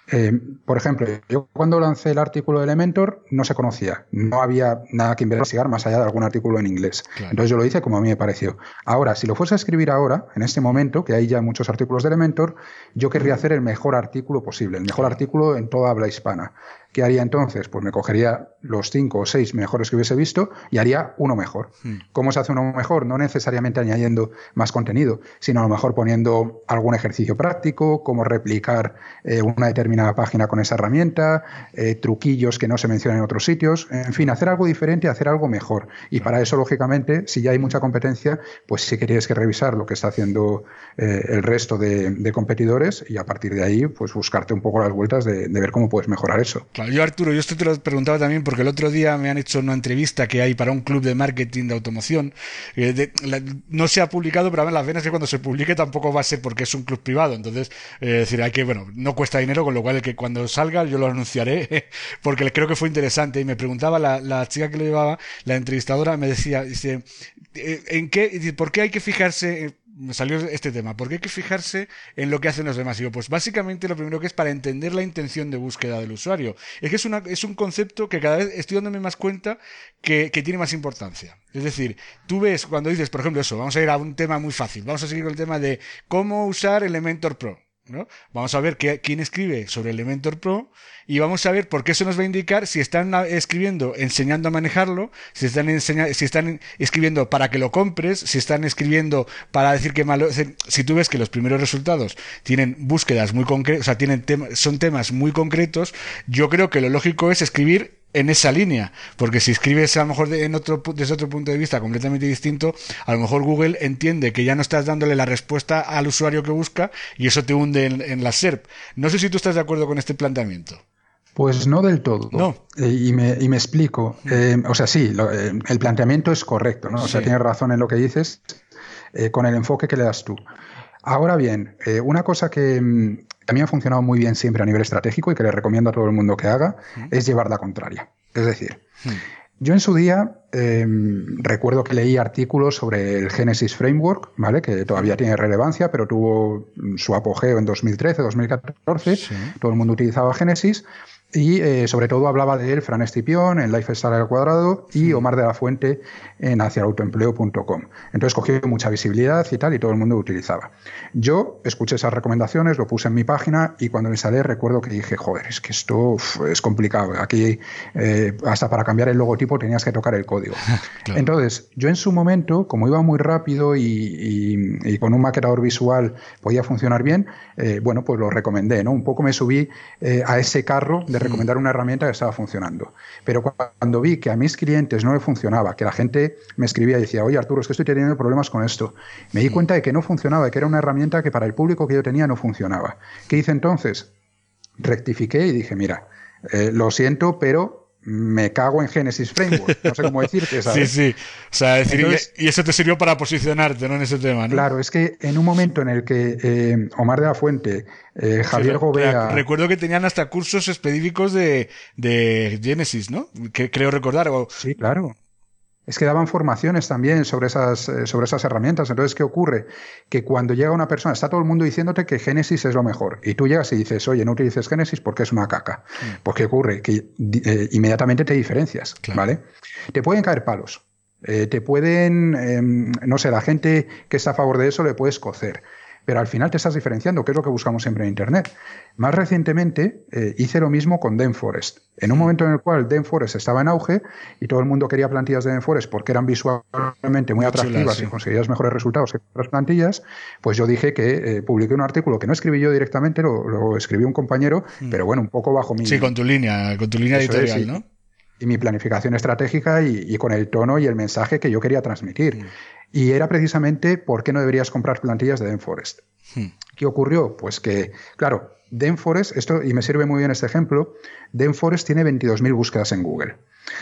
Eh, por ejemplo, yo cuando lancé el artículo de Elementor no se conocía, no había nada que investigar más allá de algún artículo en inglés. Claro. Entonces yo lo hice como a mí me pareció. Ahora, si lo fuese a escribir ahora, en este momento, que hay ya muchos artículos de Elementor, yo querría hacer el mejor artículo posible, el mejor artículo en toda habla hispana. ¿Qué haría entonces? Pues me cogería los cinco o seis mejores que hubiese visto y haría uno mejor. Hmm. ¿Cómo se hace uno mejor? No necesariamente añadiendo más contenido, sino a lo mejor poniendo algún ejercicio práctico, cómo replicar eh, una determinada página con esa herramienta, eh, truquillos que no se mencionan en otros sitios, en fin, hacer algo diferente, hacer algo mejor. Y para eso, lógicamente, si ya hay mucha competencia, pues sí que tienes que revisar lo que está haciendo eh, el resto de, de competidores y a partir de ahí, pues buscarte un poco las vueltas de, de ver cómo puedes mejorar eso. Claro, yo Arturo, yo esto te lo preguntaba también porque el otro día me han hecho una entrevista que hay para un club de marketing de automoción. Eh, de, la, no se ha publicado, pero a ver, las venas que cuando se publique tampoco va a ser porque es un club privado. Entonces, eh, decir, hay que, bueno, no cuesta dinero, con lo cual el que cuando salga yo lo anunciaré porque creo que fue interesante. Y me preguntaba la, la chica que lo llevaba, la entrevistadora, me decía, dice, ¿en qué, por qué hay que fijarse? Me salió este tema, ¿por qué hay que fijarse en lo que hacen los demás? Y digo, pues básicamente lo primero que es para entender la intención de búsqueda del usuario. Es que es, una, es un concepto que cada vez estoy dándome más cuenta que, que tiene más importancia. Es decir, tú ves cuando dices, por ejemplo, eso, vamos a ir a un tema muy fácil, vamos a seguir con el tema de cómo usar Elementor Pro, ¿no? Vamos a ver qué, quién escribe sobre Elementor Pro y vamos a ver por qué eso nos va a indicar si están escribiendo enseñando a manejarlo, si están, enseña, si están escribiendo para que lo compres, si están escribiendo para decir que malo. Si tú ves que los primeros resultados tienen búsquedas muy concretas, o sea, tienen tema, son temas muy concretos, yo creo que lo lógico es escribir en esa línea, porque si escribes a lo mejor de, en otro, desde otro punto de vista completamente distinto, a lo mejor Google entiende que ya no estás dándole la respuesta al usuario que busca y eso te hunde en, en la S E R P. No sé si tú estás de acuerdo con este planteamiento. Pues no del todo. No. Eh, y, me, y me explico. Eh, o sea, sí, lo, eh, el planteamiento es correcto, ¿no? O sea, sí. Tienes razón en lo que dices eh, con el enfoque que le das tú. Ahora bien, eh, una cosa que, que a mí ha funcionado muy bien siempre a nivel estratégico y que le recomiendo a todo el mundo que haga mm. es llevar la contraria. Es decir, mm. yo en su día eh, recuerdo que leí artículos sobre el Genesis Framework, ¿vale? Que todavía tiene relevancia, pero tuvo su apogeo en dos mil trece, dos mil catorce. Sí. Todo el mundo utilizaba Genesis. Y eh, sobre todo hablaba de él Fran Estipión en Lifestyle al Cuadrado y Omar de la Fuente en hacia el autoempleo punto com. Entonces cogió mucha visibilidad y tal y todo el mundo lo utilizaba. Yo escuché esas recomendaciones, lo puse en mi página y cuando me instalé recuerdo que dije, joder, es que esto uf, es complicado. Aquí eh, hasta para cambiar el logotipo tenías que tocar el código. Claro. Entonces yo en su momento, como iba muy rápido y, y, y con un maquetador visual podía funcionar bien, eh, bueno, pues lo recomendé, ¿no? Un poco me subí eh, a ese carro de recomendar una herramienta que estaba funcionando. Pero cuando vi que a mis clientes no le funcionaba, que la gente me escribía y decía, oye Arturo, es que estoy teniendo problemas con esto, me di cuenta de que no funcionaba, que era una herramienta que para el público que yo tenía no funcionaba. ¿Qué hice entonces? Rectifiqué y dije, mira, eh, lo siento, pero me cago en Genesis Framework. No sé cómo decirte, ¿sabes? Sí, sí. O sea, decir, Entonces, y eso te sirvió para posicionarte, ¿no? En ese tema, ¿no? Claro, es que en un momento en el que eh, Omar de la Fuente, eh, Javier sí, Gobea... Recuerdo que tenían hasta cursos específicos de, de Genesis, ¿no? Que creo recordar. O... Sí, claro. Es que daban formaciones también sobre esas, eh, sobre esas herramientas. Entonces, ¿qué ocurre? Que cuando llega una persona, está todo el mundo diciéndote que Genesis es lo mejor. Y tú llegas y dices, oye, no utilices Genesis porque es una caca. Mm. Pues, ¿qué ocurre? Que eh, inmediatamente te diferencias, claro. ¿Vale? Te pueden caer palos. Eh, te pueden, eh, no sé, la gente que está a favor de eso le puedes cocer. Pero al final te estás diferenciando, que es lo que buscamos siempre en Internet. Más recientemente eh, hice lo mismo con DenForest. En un momento en el cual DenForest estaba en auge y todo el mundo quería plantillas de DenForest porque eran visualmente muy atractivas sí. y conseguías mejores resultados que otras plantillas, pues yo dije que eh, publiqué un artículo que no escribí yo directamente, lo, lo escribió un compañero, mm. pero bueno, un poco bajo mi... Sí, con tu línea, con tu línea editorial, es, y, ¿no? Y mi planificación estratégica y, y con el tono y el mensaje que yo quería transmitir. Mm. Y era precisamente por qué no deberías comprar plantillas de DenForest. Hmm. ¿Qué ocurrió? Pues que, claro, DenForest, esto, y me sirve muy bien este ejemplo, DenForest tiene veintidós mil búsquedas en Google.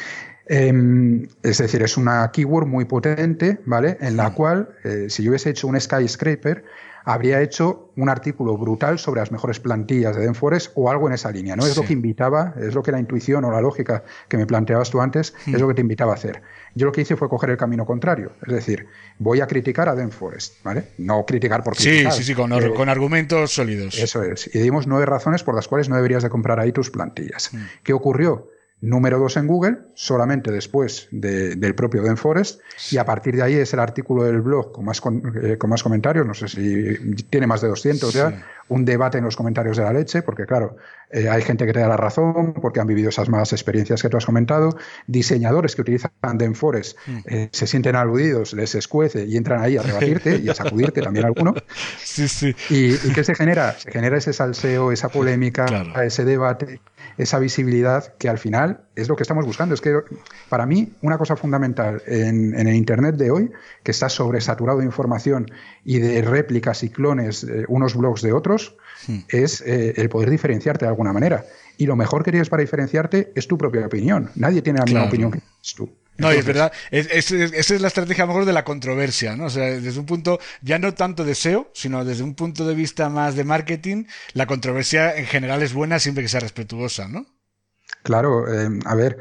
Eh, es decir, es una keyword muy potente, ¿vale? En la hmm. cual, eh, si yo hubiese hecho un skyscraper, habría hecho un artículo brutal sobre las mejores plantillas de Denforest o algo en esa línea, ¿no? Es sí. lo que invitaba, es lo que la intuición o la lógica que me planteabas tú antes, mm. es lo que te invitaba a hacer. Yo lo que hice fue coger el camino contrario, es decir, voy a criticar a Denforest, ¿vale? No criticar por criticar. Sí, sí, sí, con, eh, con argumentos sólidos. Eso es. Y dimos nueve razones por las cuales no deberías de comprar ahí tus plantillas. Mm. ¿Qué ocurrió? Número dos en Google, solamente después de, del propio Denforest, y a partir de ahí es el artículo del blog con más, con, eh, con más comentarios, no sé si tiene más de doscientos sí. ya, un debate en los comentarios de la leche, porque claro, eh, hay gente que te da la razón, porque han vivido esas malas experiencias que tú has comentado, diseñadores que utilizan Denforest mm. eh, se sienten aludidos, les escuece y entran ahí a rebatirte y a sacudirte también alguno. Sí, sí. ¿Y, y qué se genera? Se genera ese salseo, esa polémica, claro. ese debate, esa visibilidad que al final es lo que estamos buscando. Es que para mí una cosa fundamental en, en el Internet de hoy, que está sobresaturado de información y de réplicas y clones eh, unos blogs de otros, sí. es eh, el poder diferenciarte de alguna manera. Y lo mejor que tienes para diferenciarte es tu propia opinión. Nadie tiene la misma claro. opinión que tú. No, y es verdad, es, es, es, esa es la estrategia mejor de la controversia, ¿no? O sea, desde un punto, ya no tanto de S E O, sino desde un punto de vista más de marketing, la controversia en general es buena siempre que sea respetuosa, ¿no? Claro, eh, a ver,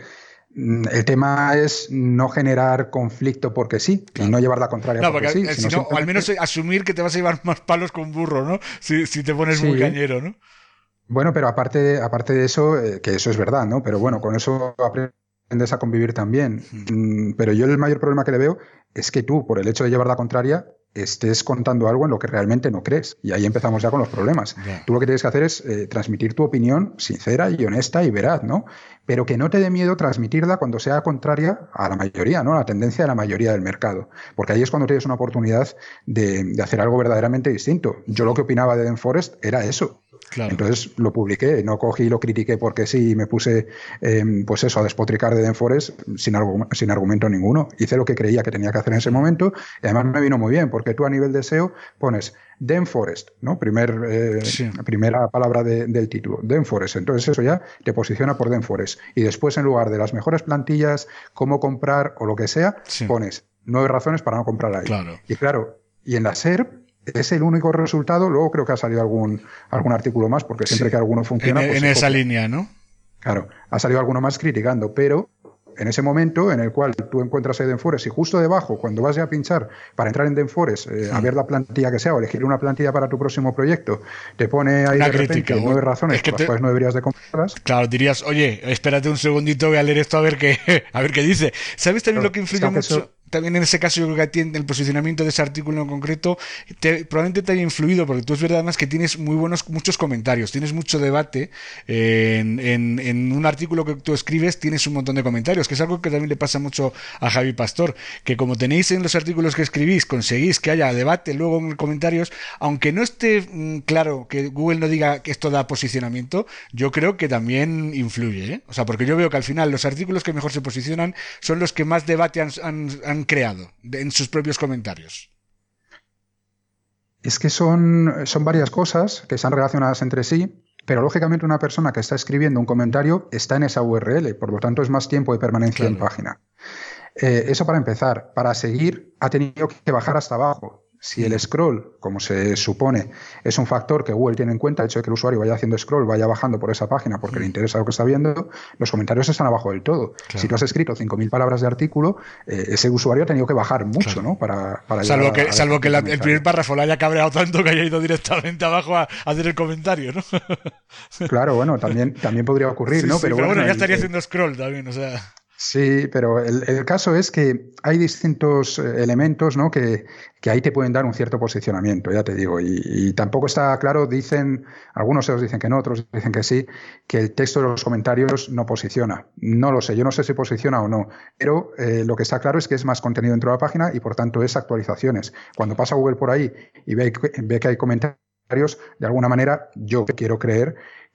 el tema es no generar conflicto porque sí, claro. y no llevar la contraria no, porque, porque sí. Sino, simplemente... O al menos asumir que te vas a llevar más palos con burro, ¿no? Si, si te pones sí. muy cañero, ¿no? Bueno, pero aparte, aparte de eso, eh, que eso es verdad, ¿no? Pero bueno, con eso aprendes aprendes a convivir también. Mm. Pero yo el mayor problema que le veo es que tú, por el hecho de llevar la contraria, estés contando algo en lo que realmente no crees. Y ahí empezamos ya con los problemas. Yeah. Tú lo que tienes que hacer es eh, transmitir tu opinión sincera y honesta y veraz, ¿no? Pero que no te dé miedo transmitirla cuando sea contraria a la mayoría, ¿no? A la tendencia de la mayoría del mercado. Porque ahí es cuando tienes una oportunidad de, de hacer algo verdaderamente distinto. Yo lo que opinaba de Denforest era eso. Claro. Entonces lo publiqué, no cogí y lo critiqué porque sí y me puse eh, pues eso, a despotricar de Denforest sin, argu sin argumento ninguno. Hice lo que creía que tenía que hacer en ese momento y además me vino muy bien porque tú a nivel de S E O pones Denforest, ¿no? Primer, eh, sí. Primera palabra de, del título, Denforest. Entonces eso ya te posiciona por Denforest. Y después en lugar de las mejores plantillas, cómo comprar o lo que sea, sí. pones nueve razones para no comprar ahí. Claro. Y claro, y en la S E R P es el único resultado. Luego creo que ha salido algún, algún artículo más, porque siempre sí. que alguno funciona... En, pues en esa copia. Línea, ¿no? Claro, ha salido alguno más criticando, pero en ese momento en el cual tú encuentras ahí Denforest y justo debajo, cuando vas a pinchar para entrar en Denforest, eh, sí. a ver la plantilla que sea o elegir una plantilla para tu próximo proyecto, te pone ahí una de repente crítica, nueve razones es que por las te... cuales no deberías de comprarlas. Claro, dirías, oye, espérate un segundito, voy a leer esto a ver qué, a ver qué dice. ¿Sabes también claro, lo que influye mucho? Eso... También en ese caso yo creo que a ti en el posicionamiento de ese artículo en concreto te, probablemente te haya influido, porque tú es verdad además que tienes muy buenos, muchos comentarios, tienes mucho debate eh, en, en, en un artículo que tú escribes, tienes un montón de comentarios, que es algo que también le pasa mucho a Javi Pastor, que como tenéis en los artículos que escribís, conseguís que haya debate luego en los comentarios, aunque no esté mmm, claro que Google no diga que esto da posicionamiento, yo creo que también influye, ¿eh? O sea, porque yo veo que al final los artículos que mejor se posicionan son los que más debate han, han, han creado en sus propios comentarios. Es que son, son varias cosas que están relacionadas entre sí, pero lógicamente una persona que está escribiendo un comentario está en esa U R L, por lo tanto es más tiempo de permanencia claro. en página. Eh, eso para empezar. Para seguir ha tenido que bajar hasta abajo. Si el scroll, como se supone, es un factor que Google tiene en cuenta, el hecho de que el usuario vaya haciendo scroll, vaya bajando por esa página porque mm. le interesa lo que está viendo, los comentarios están abajo del todo. Claro. Si tú has escrito cinco mil palabras de artículo, eh, ese usuario ha tenido que bajar mucho, claro. ¿no? Para, para salvo que, a, a salvo que la, el primer párrafo lo haya cabreado tanto que haya ido directamente abajo a, a hacer el comentario, ¿no? Claro, bueno, también, también podría ocurrir, sí, ¿no? Sí, pero, pero bueno, bueno ya estaría el, haciendo scroll también, o sea... Sí, pero el, el caso es que hay distintos elementos, ¿no? que, que ahí te pueden dar un cierto posicionamiento, ya te digo, y, y tampoco está claro, dicen, algunos se los dicen que no, otros dicen que sí, que el texto de los comentarios no posiciona. No lo sé, yo no sé si posiciona o no, pero eh, lo que está claro es que es más contenido dentro de la página y por tanto es actualizaciones. Cuando pasa Google por ahí y ve, ve que hay comentarios, de alguna manera yo quiero creer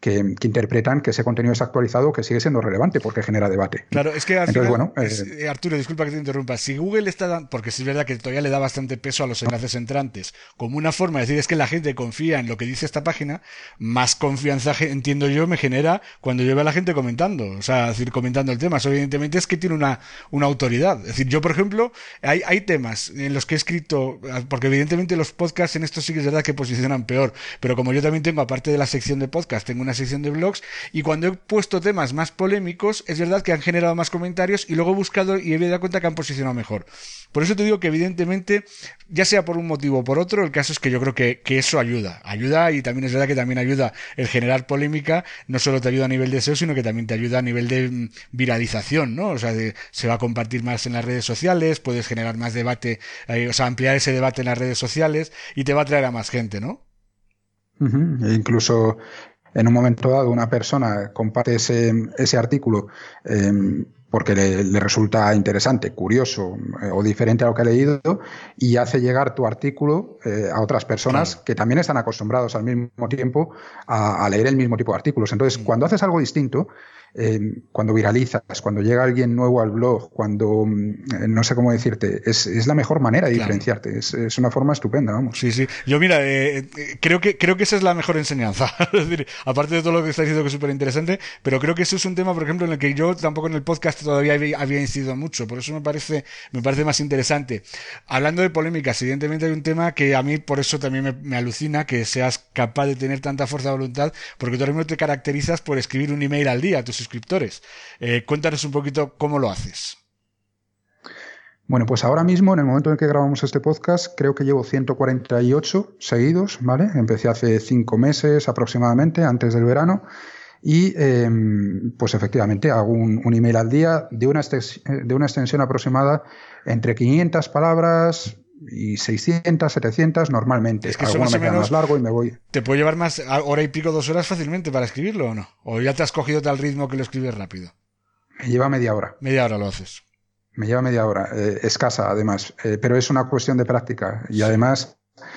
que, que interpretan que ese contenido es actualizado, que sigue siendo relevante porque genera debate. Claro, es que al Entonces, final, bueno, es, eh, Arturo, disculpa que te interrumpa, si Google está dando, porque sí es verdad que todavía le da bastante peso a los enlaces entrantes, como una forma de decir es que la gente confía en lo que dice esta página, más confianza, entiendo yo, me genera cuando yo veo a la gente comentando, o sea, es decir, comentando el tema. Eso evidentemente es que tiene una, una autoridad. Es decir, yo, por ejemplo, hay, hay temas en los que he escrito, porque evidentemente los podcasts en esto sí que es verdad que posicionan peor, pero como yo también tengo, aparte de la sección de podcast, tengo una sección de blogs, y cuando he puesto temas más polémicos, es verdad que han generado más comentarios y luego he buscado y he dado cuenta que han posicionado mejor. Por eso te digo que evidentemente, ya sea por un motivo o por otro, el caso es que yo creo que, que eso ayuda. Ayuda, y también es verdad que también ayuda el generar polémica, no solo te ayuda a nivel de S E O, sino que también te ayuda a nivel de mm, viralización, ¿no? O sea, de, se va a compartir más en las redes sociales, puedes generar más debate, eh, o sea, ampliar ese debate en las redes sociales y te va a traer a más gente, ¿no? Uh-huh. E incluso en un momento dado una persona comparte ese, ese artículo eh, porque le, le resulta interesante, curioso eh, o diferente a lo que ha leído, y hace llegar tu artículo eh, a otras personas claro. que también están acostumbrados al mismo tiempo a, a leer el mismo tipo de artículos. Entonces, sí. cuando haces algo distinto, eh, cuando viralizas, cuando llega alguien nuevo al blog, cuando, eh, no sé cómo decirte, es, es la mejor manera de claro. diferenciarte. Es, es una forma estupenda, vamos. Sí, sí. Yo, mira, eh, creo que creo que esa es la mejor enseñanza. Es decir, aparte de todo lo que estás diciendo que es súper interesante, pero creo que eso es un tema, por ejemplo, en el que yo tampoco en el podcast todavía había, había incidido mucho. Por eso me parece, me parece más interesante. Hablando de polémicas, evidentemente hay un tema que a mí por eso también me, me alucina, que seas capaz de tener tanta fuerza de voluntad, porque tú ahora mismo te caracterizas por escribir un email al día a tus suscriptores. Eh, cuéntanos un poquito cómo lo haces. Bueno, pues ahora mismo, en el momento en que grabamos este podcast, creo que llevo ciento cuarenta y ocho seguidos, ¿vale? Empecé hace cinco meses aproximadamente, antes del verano, y eh, pues efectivamente hago un, un email al día de una, de una extensión aproximada entre quinientas palabras y seiscientas, setecientas normalmente. Es que alguno me queda más largo y me voy. ¿Te puede llevar más hora y pico, dos horas fácilmente para escribirlo o no? ¿O ya te has cogido tal ritmo que lo escribes rápido? Me lleva media hora. Media hora lo haces. Me lleva media hora, eh, escasa además, eh, pero es una cuestión de práctica. Y sí. además,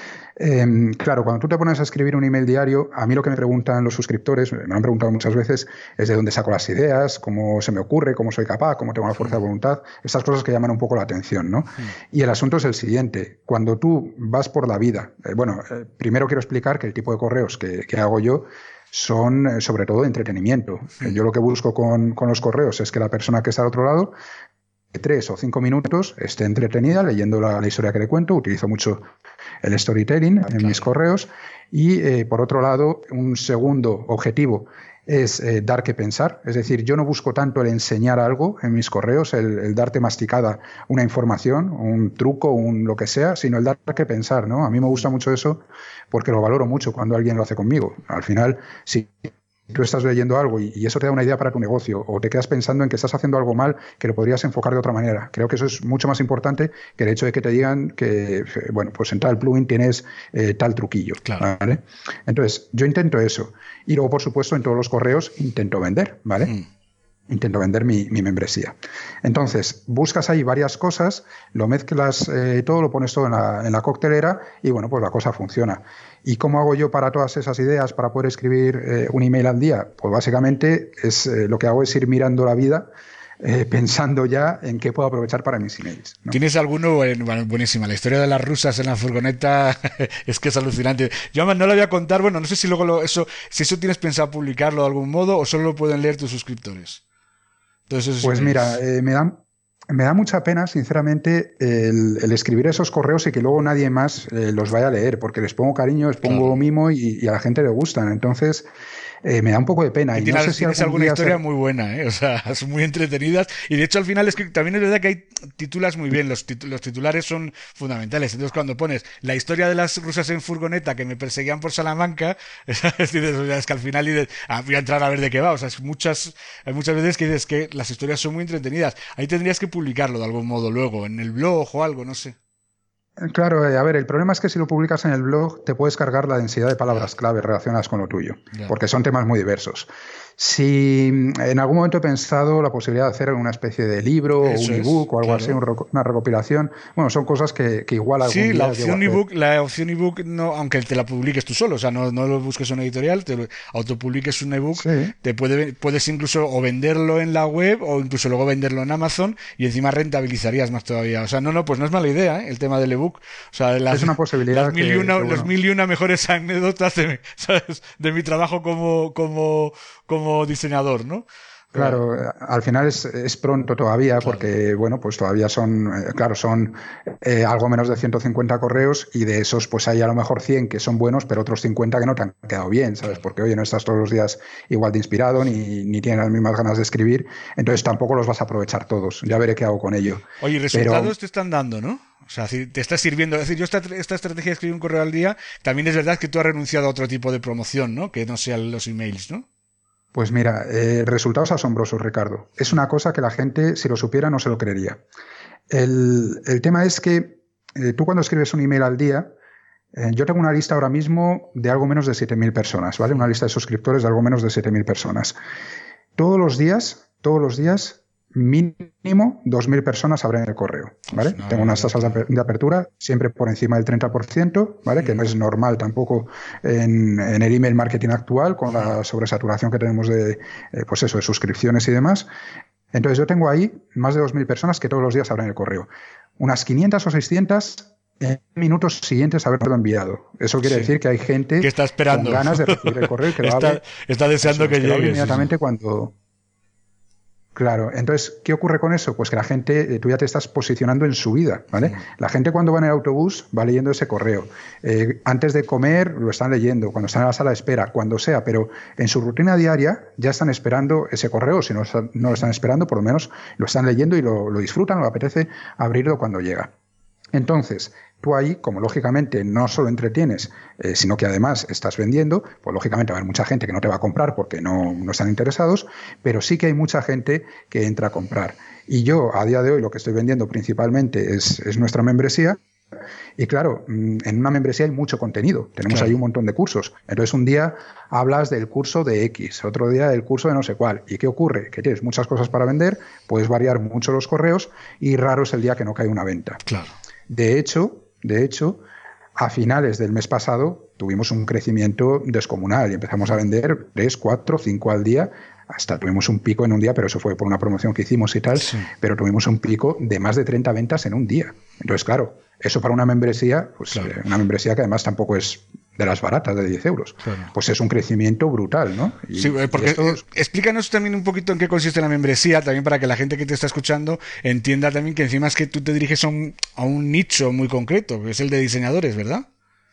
eh, claro, cuando tú te pones a escribir un email diario, a mí lo que me preguntan los suscriptores, me lo han preguntado muchas veces, es de dónde saco las ideas, cómo se me ocurre, cómo soy capaz, cómo tengo la fuerza de voluntad, estas cosas que llaman un poco la atención, ¿no? Sí. Y el asunto es el siguiente, cuando tú vas por la vida, eh, bueno, eh, primero quiero explicar que el tipo de correos que, que hago yo son eh, sobre todo de entretenimiento. Sí. Yo lo que busco con, con los correos es que la persona que está al otro lado tres o cinco minutos esté entretenida leyendo la, la historia que le cuento. Utilizo mucho el storytelling en claro. mis correos y eh, por otro lado un segundo objetivo es eh, dar que pensar, es decir, yo no busco tanto el enseñar algo en mis correos, el, el darte masticada una información, un truco, un lo que sea, sino el dar que pensar, ¿no? A mí me gusta mucho eso porque lo valoro mucho cuando alguien lo hace conmigo. Al final, sí, tú estás leyendo algo y, y eso te da una idea para tu negocio o te quedas pensando en que estás haciendo algo mal que lo podrías enfocar de otra manera. Creo que eso es mucho más importante que el hecho de que te digan que, bueno, pues en tal plugin tienes eh, tal truquillo. Claro. ¿Vale? Entonces, yo intento eso. Y luego, por supuesto, en todos los correos intento vender, ¿vale? Mm. Intento vender mi, mi membresía. Entonces, buscas ahí varias cosas, lo mezclas eh, todo, lo pones todo en la, en la coctelera y, bueno, pues la cosa funciona. ¿Y cómo hago yo para todas esas ideas, para poder escribir eh, un email al día? Pues básicamente es, eh, lo que hago es ir mirando la vida, eh, pensando ya en qué puedo aprovechar para mis emails, ¿no? ¿Tienes alguno? Bueno, buenísima. La historia de las rusas en la furgoneta es que es alucinante. Yo no la voy a contar, bueno, no sé si luego lo, eso, si eso tienes pensado publicarlo de algún modo o solo lo pueden leer tus suscriptores. Entonces, pues mira, eh, me dan... Me da mucha pena, sinceramente, el, el escribir esos correos y que luego nadie más eh, los vaya a leer, porque les pongo cariño, les pongo claro. mimo y, y a la gente le gustan. Entonces, eh, me da un poco de pena. Y, y tienes, no sé si tienes alguna historia se... muy buena, ¿eh? O sea, son muy entretenidas. Y de hecho, al final, es que también es verdad que hay titulas muy bien. Los, tit los titulares son fundamentales. Entonces, cuando pones la historia de las rusas en furgoneta que me perseguían por Salamanca, es, es que al final dices, ah, voy a entrar a ver de qué va. O sea, es muchas, hay muchas veces que dices que las historias son muy entretenidas. Ahí tendrías que publicarlo de algún modo luego, en el blog o algo, no sé. Claro, a ver, el problema es que si lo publicas en el blog te puedes cargar la densidad de palabras clave relacionadas con lo tuyo, yeah. porque son temas muy diversos. Si en algún momento he pensado la posibilidad de hacer una especie de libro Eso o un es, ebook o algo claro. así, un, una recopilación, bueno, son cosas que, que igual algún sí, día la opción llego a ebook, la opción ebook, no, aunque te la publiques tú solo, o sea, no, no lo busques en una editorial, te autopubliques un ebook, sí. te puede, puedes incluso o venderlo en la web o incluso luego venderlo en Amazon y encima rentabilizarías más todavía. O sea, no, no, pues no es mala idea, ¿eh? El tema del ebook. O sea, las, es una posibilidad las mil y una, que, que, bueno. los mil y una mejores anécdotas de, ¿sabes? de mi trabajo como, como, como diseñador, ¿no? Claro, al final es, es pronto todavía porque, claro. bueno, pues todavía son, eh, claro, son eh, algo menos de ciento cincuenta correos y de esos pues hay a lo mejor cien que son buenos, pero otros cincuenta que no te han quedado bien, ¿sabes? Porque, oye, no estás todos los días igual de inspirado ni, ni tienes las mismas ganas de escribir, entonces tampoco los vas a aprovechar todos. Ya veré qué hago con ello. Oye, resultados pero... te están dando, ¿no? O sea, si te está sirviendo. Es decir, yo esta, esta estrategia de escribir un correo al día, también es verdad que tú has renunciado a otro tipo de promoción, ¿no? Que no sean los emails, ¿no? Pues mira, eh, resultados asombrosos, Ricardo. Es una cosa que la gente, si lo supiera, no se lo creería. El, el tema es que eh, tú cuando escribes un email al día, eh, yo tengo una lista ahora mismo de algo menos de siete mil personas, ¿vale? Una lista de suscriptores de algo menos de siete mil personas. Todos los días, todos los días, mínimo dos mil personas abren el correo, ¿vale? Pues no, Tengo unas tasas de, de apertura siempre por encima del treinta por ciento, ¿vale? Mm. Que no es normal tampoco en, en el email marketing actual con la sobresaturación que tenemos de, eh, pues eso, de suscripciones y demás. Entonces yo tengo ahí más de dos mil personas que todos los días abren el correo. Unas quinientas o seiscientas en minutos siguientes a haberlo enviado. Eso quiere sí. decir que hay gente que está esperando con ganas de recibir el correo y que lo está, abre. Está deseando eso, que, que llegue. Inmediatamente sí, sí. cuando... Claro, entonces, ¿qué ocurre con eso? Pues que la gente, tú ya te estás posicionando en su vida, ¿vale? Sí. La gente cuando va en el autobús va leyendo ese correo. Eh, antes de comer lo están leyendo, cuando están en la sala de espera, cuando sea, pero en su rutina diaria ya están esperando ese correo. Si no, no lo están esperando, por lo menos lo están leyendo y lo, lo disfrutan, lo apetece abrirlo cuando llega. Entonces, tú ahí, como lógicamente no solo entretienes, eh, sino que además estás vendiendo, pues lógicamente va a haber mucha gente que no te va a comprar porque no, no están interesados, pero sí que hay mucha gente que entra a comprar. Y yo, a día de hoy, lo que estoy vendiendo principalmente es, es nuestra membresía. Y claro, en una membresía hay mucho contenido, tenemos claro. ahí un montón de cursos. Entonces un día hablas del curso de X, otro día del curso de no sé cuál. ¿Y qué ocurre? Que tienes muchas cosas para vender, puedes variar mucho los correos y raro es el día que no cae una venta. Claro. De hecho, de hecho, a finales del mes pasado tuvimos un crecimiento descomunal y empezamos a vender tres, cuatro, cinco al día. Hasta tuvimos un pico en un día, pero eso fue por una promoción que hicimos y tal, sí. pero tuvimos un pico de más de treinta ventas en un día. Entonces, claro, eso para una membresía, pues claro. eh, una membresía que además tampoco es de las baratas de diez euros, claro. pues es un crecimiento brutal, ¿no? Y, sí, porque esto... explícanos también un poquito en qué consiste la membresía, también para que la gente que te está escuchando entienda también que encima es que tú te diriges a un, a un nicho muy concreto, que es el de diseñadores, ¿verdad?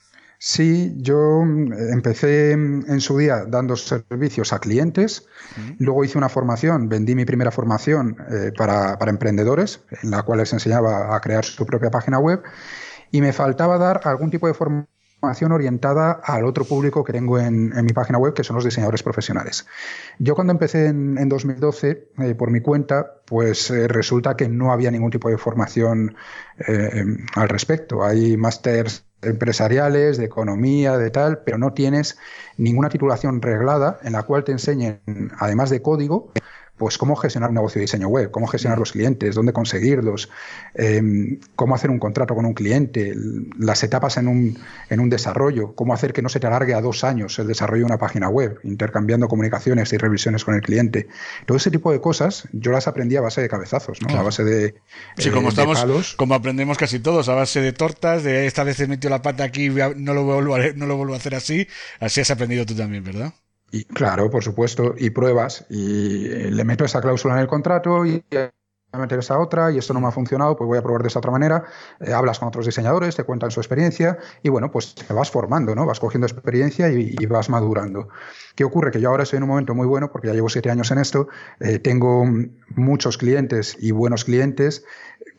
Sí, yo empecé en su día dando servicios a clientes, uh-huh. luego hice una formación, vendí mi primera formación eh, para, para emprendedores, en la cual les enseñaba a crear su propia página web, y me faltaba dar algún tipo de formación orientada al otro público que tengo en, en mi página web, que son los diseñadores profesionales. Yo cuando empecé en, en dos mil doce, eh, por mi cuenta, pues eh, resulta que no había ningún tipo de formación eh, al respecto. Hay másters empresariales, de economía, de tal, pero no tienes ninguna titulación reglada en la cual te enseñen, además de código, pues cómo gestionar un negocio de diseño web, cómo gestionar los clientes, dónde conseguirlos, eh, cómo hacer un contrato con un cliente, las etapas en un, en un desarrollo, cómo hacer que no se te alargue a dos años el desarrollo de una página web, intercambiando comunicaciones y revisiones con el cliente. Todo ese tipo de cosas yo las aprendí a base de cabezazos, ¿no? Claro. A base de Sí, como eh, estamos, de palos. Como aprendemos casi todos, a base de tortas, de esta vez he metido la pata aquí, no lo vuelvo a, no lo vuelvo a hacer así. Así has aprendido tú también, ¿verdad? Y claro, por supuesto, y pruebas, y le meto esa cláusula en el contrato y voy a meter esa otra, y esto no me ha funcionado, pues voy a probar de esta otra manera. Eh, hablas con otros diseñadores, te cuentan su experiencia, y bueno, pues te vas formando, ¿no? Vas cogiendo experiencia y, y vas madurando. ¿Qué ocurre? Que yo ahora estoy en un momento muy bueno, porque ya llevo siete años en esto, eh, tengo muchos clientes y buenos clientes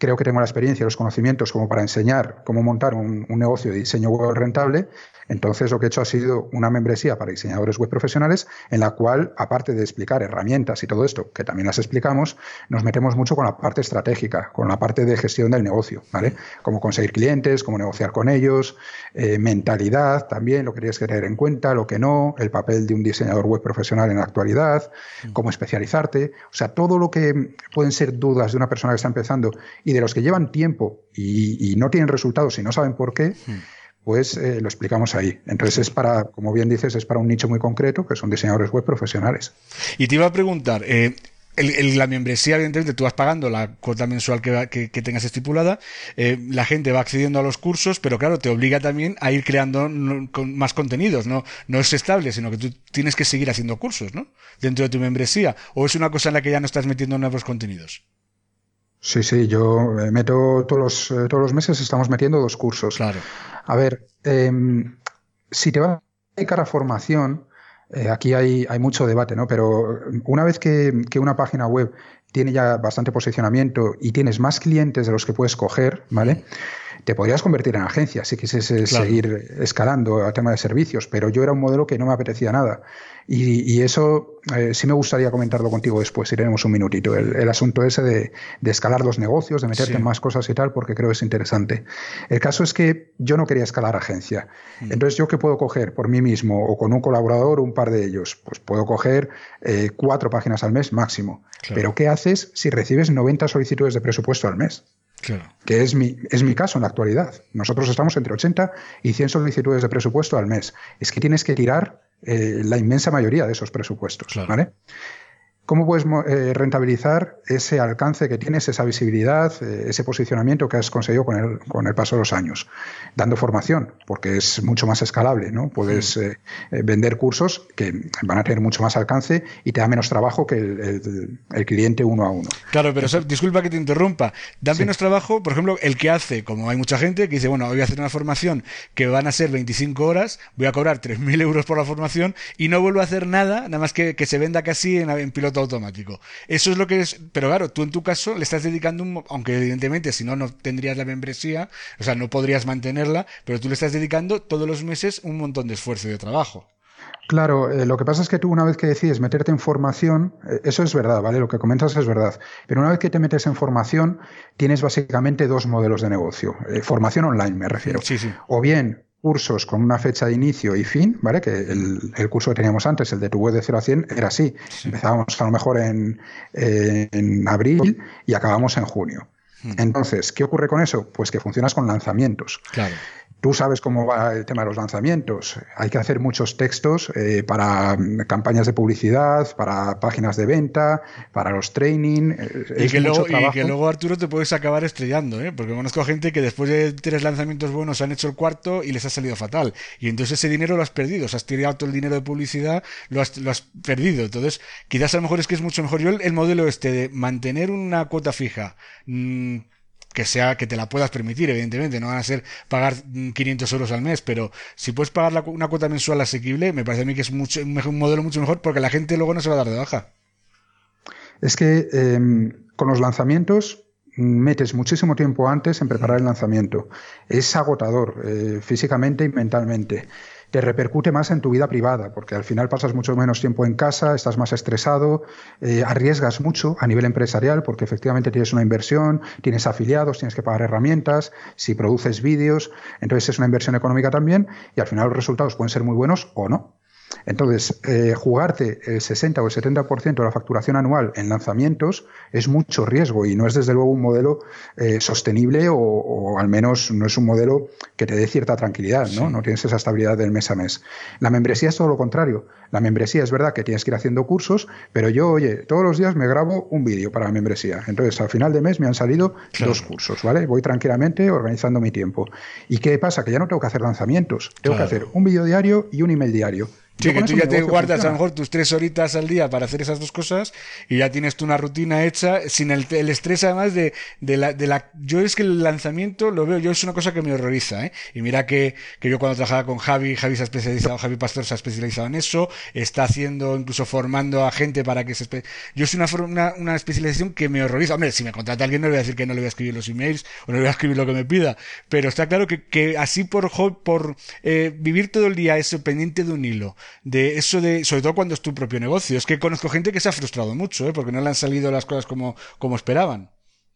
creo que tengo la experiencia y los conocimientos como para enseñar cómo montar un, un negocio de diseño web rentable. Entonces lo que he hecho ha sido una membresía para diseñadores web profesionales en la cual, aparte de explicar herramientas y todo esto, que también las explicamos, nos metemos mucho con la parte estratégica, con la parte de gestión del negocio, ¿vale? Cómo conseguir clientes, cómo negociar con ellos, eh, mentalidad también, lo que tienes que tener en cuenta, lo que no, el papel de un diseñador web profesional en la actualidad, cómo especializarte, o sea, todo lo que pueden ser dudas de una persona que está empezando y de los que llevan tiempo y, y no tienen resultados y no saben por qué, pues eh, lo explicamos ahí. Entonces es para, como bien dices, es para un nicho muy concreto, que son diseñadores web profesionales. Y te iba a preguntar, eh, el, el, la membresía, evidentemente, tú vas pagando la cuota mensual que, que, que tengas estipulada, eh, la gente va accediendo a los cursos, pero claro, te obliga también a ir creando no, con más contenidos, no, no es estable, sino que tú tienes que seguir haciendo cursos, ¿no? Dentro de tu membresía, o es una cosa en la que ya no estás metiendo nuevos contenidos. Sí, sí, yo meto todos los, eh, todos los meses estamos metiendo dos cursos. Claro. A ver, eh, si te vas a dedicar a formación, eh, aquí hay, hay mucho debate, ¿no? Pero una vez que, que una página web tiene ya bastante posicionamiento y tienes más clientes de los que puedes coger, ¿vale? Te podrías convertir en agencia si quisieses claro. seguir escalando al tema de servicios, pero yo era un modelo que no me apetecía nada. Y, y eso eh, sí me gustaría comentarlo contigo después, si tenemos un minutito, el, el asunto ese de, de escalar los negocios, de meterte sí. en más cosas y tal, porque creo que es interesante. El caso es que yo no quería escalar agencia. Mm. Entonces, ¿yo qué puedo coger por mí mismo o con un colaborador, un par de ellos? Pues puedo coger eh, cuatro páginas al mes máximo. Claro. Pero ¿qué haces si recibes noventa solicitudes de presupuesto al mes? Claro. Que es mi, es mi caso en la actualidad. Nosotros estamos entre ochenta y cien solicitudes de presupuesto al mes. Es que tienes que tirar eh, la inmensa mayoría de esos presupuestos. Claro. ¿Vale? ¿Cómo puedes eh, rentabilizar ese alcance que tienes, esa visibilidad, eh, ese posicionamiento que has conseguido con el, con el paso de los años? Dando formación, porque es mucho más escalable, ¿no? Puedes sí. eh, vender cursos que van a tener mucho más alcance y te da menos trabajo que el, el, el cliente uno a uno. Claro, pero Entonces, disculpa que te interrumpa. Da sí. menos trabajo, por ejemplo, el que hace, como hay mucha gente que dice, bueno, hoy voy a hacer una formación que van a ser veinticinco horas, voy a cobrar tres mil euros por la formación y no vuelvo a hacer nada, nada más que, que se venda casi en, en piloto automático. Eso es lo que es, pero claro, tú en tu caso le estás dedicando un, aunque evidentemente si no no tendrías la membresía, o sea, no podrías mantenerla, pero tú le estás dedicando todos los meses un montón de esfuerzo y de trabajo. Claro, eh, lo que pasa es que tú una vez que decides meterte en formación, eh, eso es verdad, ¿vale? Lo que comentas es verdad, pero una vez que te metes en formación, tienes básicamente dos modelos de negocio. Eh, formación online me refiero. Sí, sí. O bien cursos con una fecha de inicio y fin, ¿vale? Que el, el curso que teníamos antes, el de tu web de cero a cien, era así. Sí. Empezábamos a lo mejor en, eh, en abril y acabamos en junio. Hmm. Entonces, ¿qué ocurre con eso? Pues que funcionas con lanzamientos. Claro. Tú sabes cómo va el tema de los lanzamientos. Hay que hacer muchos textos eh, para campañas de publicidad, para páginas de venta, para los training. Y que, luego, y que luego, Arturo, te puedes acabar estrellando, ¿eh? Porque conozco gente que después de tres lanzamientos buenos han hecho el cuarto y les ha salido fatal. Y entonces ese dinero lo has perdido. O sea, has tirado todo el dinero de publicidad, lo has, lo has perdido. Entonces, quizás a lo mejor es que es mucho mejor. Yo el, el modelo este de mantener una cuota fija... Mmm, que sea que te la puedas permitir, evidentemente, no van a ser pagar quinientos euros al mes, pero si puedes pagar la, una cuota mensual asequible, me parece a mí que es mucho, un modelo mucho mejor porque la gente luego no se va a dar de baja. Es que eh, con los lanzamientos metes muchísimo tiempo antes en preparar el lanzamiento. Es agotador eh, físicamente y mentalmente. Te repercute más en tu vida privada, porque al final pasas mucho menos tiempo en casa, estás más estresado, eh, arriesgas mucho a nivel empresarial, porque efectivamente tienes una inversión, tienes afiliados, tienes que pagar herramientas, si produces vídeos, entonces es una inversión económica también, y al final los resultados pueden ser muy buenos o no. Entonces, eh, jugarte el sesenta o el setenta por ciento de la facturación anual en lanzamientos es mucho riesgo y no es desde luego un modelo eh, sostenible o, o al menos no es un modelo que te dé cierta tranquilidad, ¿no? Sí. No tienes esa estabilidad del mes a mes. La membresía es todo lo contrario. La membresía es verdad que tienes que ir haciendo cursos, pero yo, oye, todos los días me grabo un vídeo para la membresía. Entonces, al final de mes me han salido claro. dos cursos, ¿vale? Voy tranquilamente organizando mi tiempo. ¿Y qué pasa? Que ya no tengo que hacer lanzamientos. Tengo claro. que hacer un vídeo diario y un email diario. Sí, que tú ya te guardas funciona. A lo mejor tus tres horitas al día para hacer esas dos cosas y ya tienes tú una rutina hecha sin el, el estrés además de, de, la, de la... Yo es que el lanzamiento lo veo, yo es una cosa que me horroriza, ¿eh? Y mira que, que yo cuando trabajaba con Javi, Javi se ha especializado, Javi Pastor se ha especializado en eso, está haciendo, incluso formando a gente para que se... Espe... Yo es una, una, una especialización que me horroriza. Hombre, si me contrata alguien no le voy a decir que no le voy a escribir los emails o no le voy a escribir lo que me pida, pero está claro que, que así por, por eh, vivir todo el día eso pendiente de un hilo, de eso de, sobre todo cuando es tu propio negocio. Es que conozco gente que se ha frustrado mucho, ¿eh? Porque no le han salido las cosas como, como esperaban.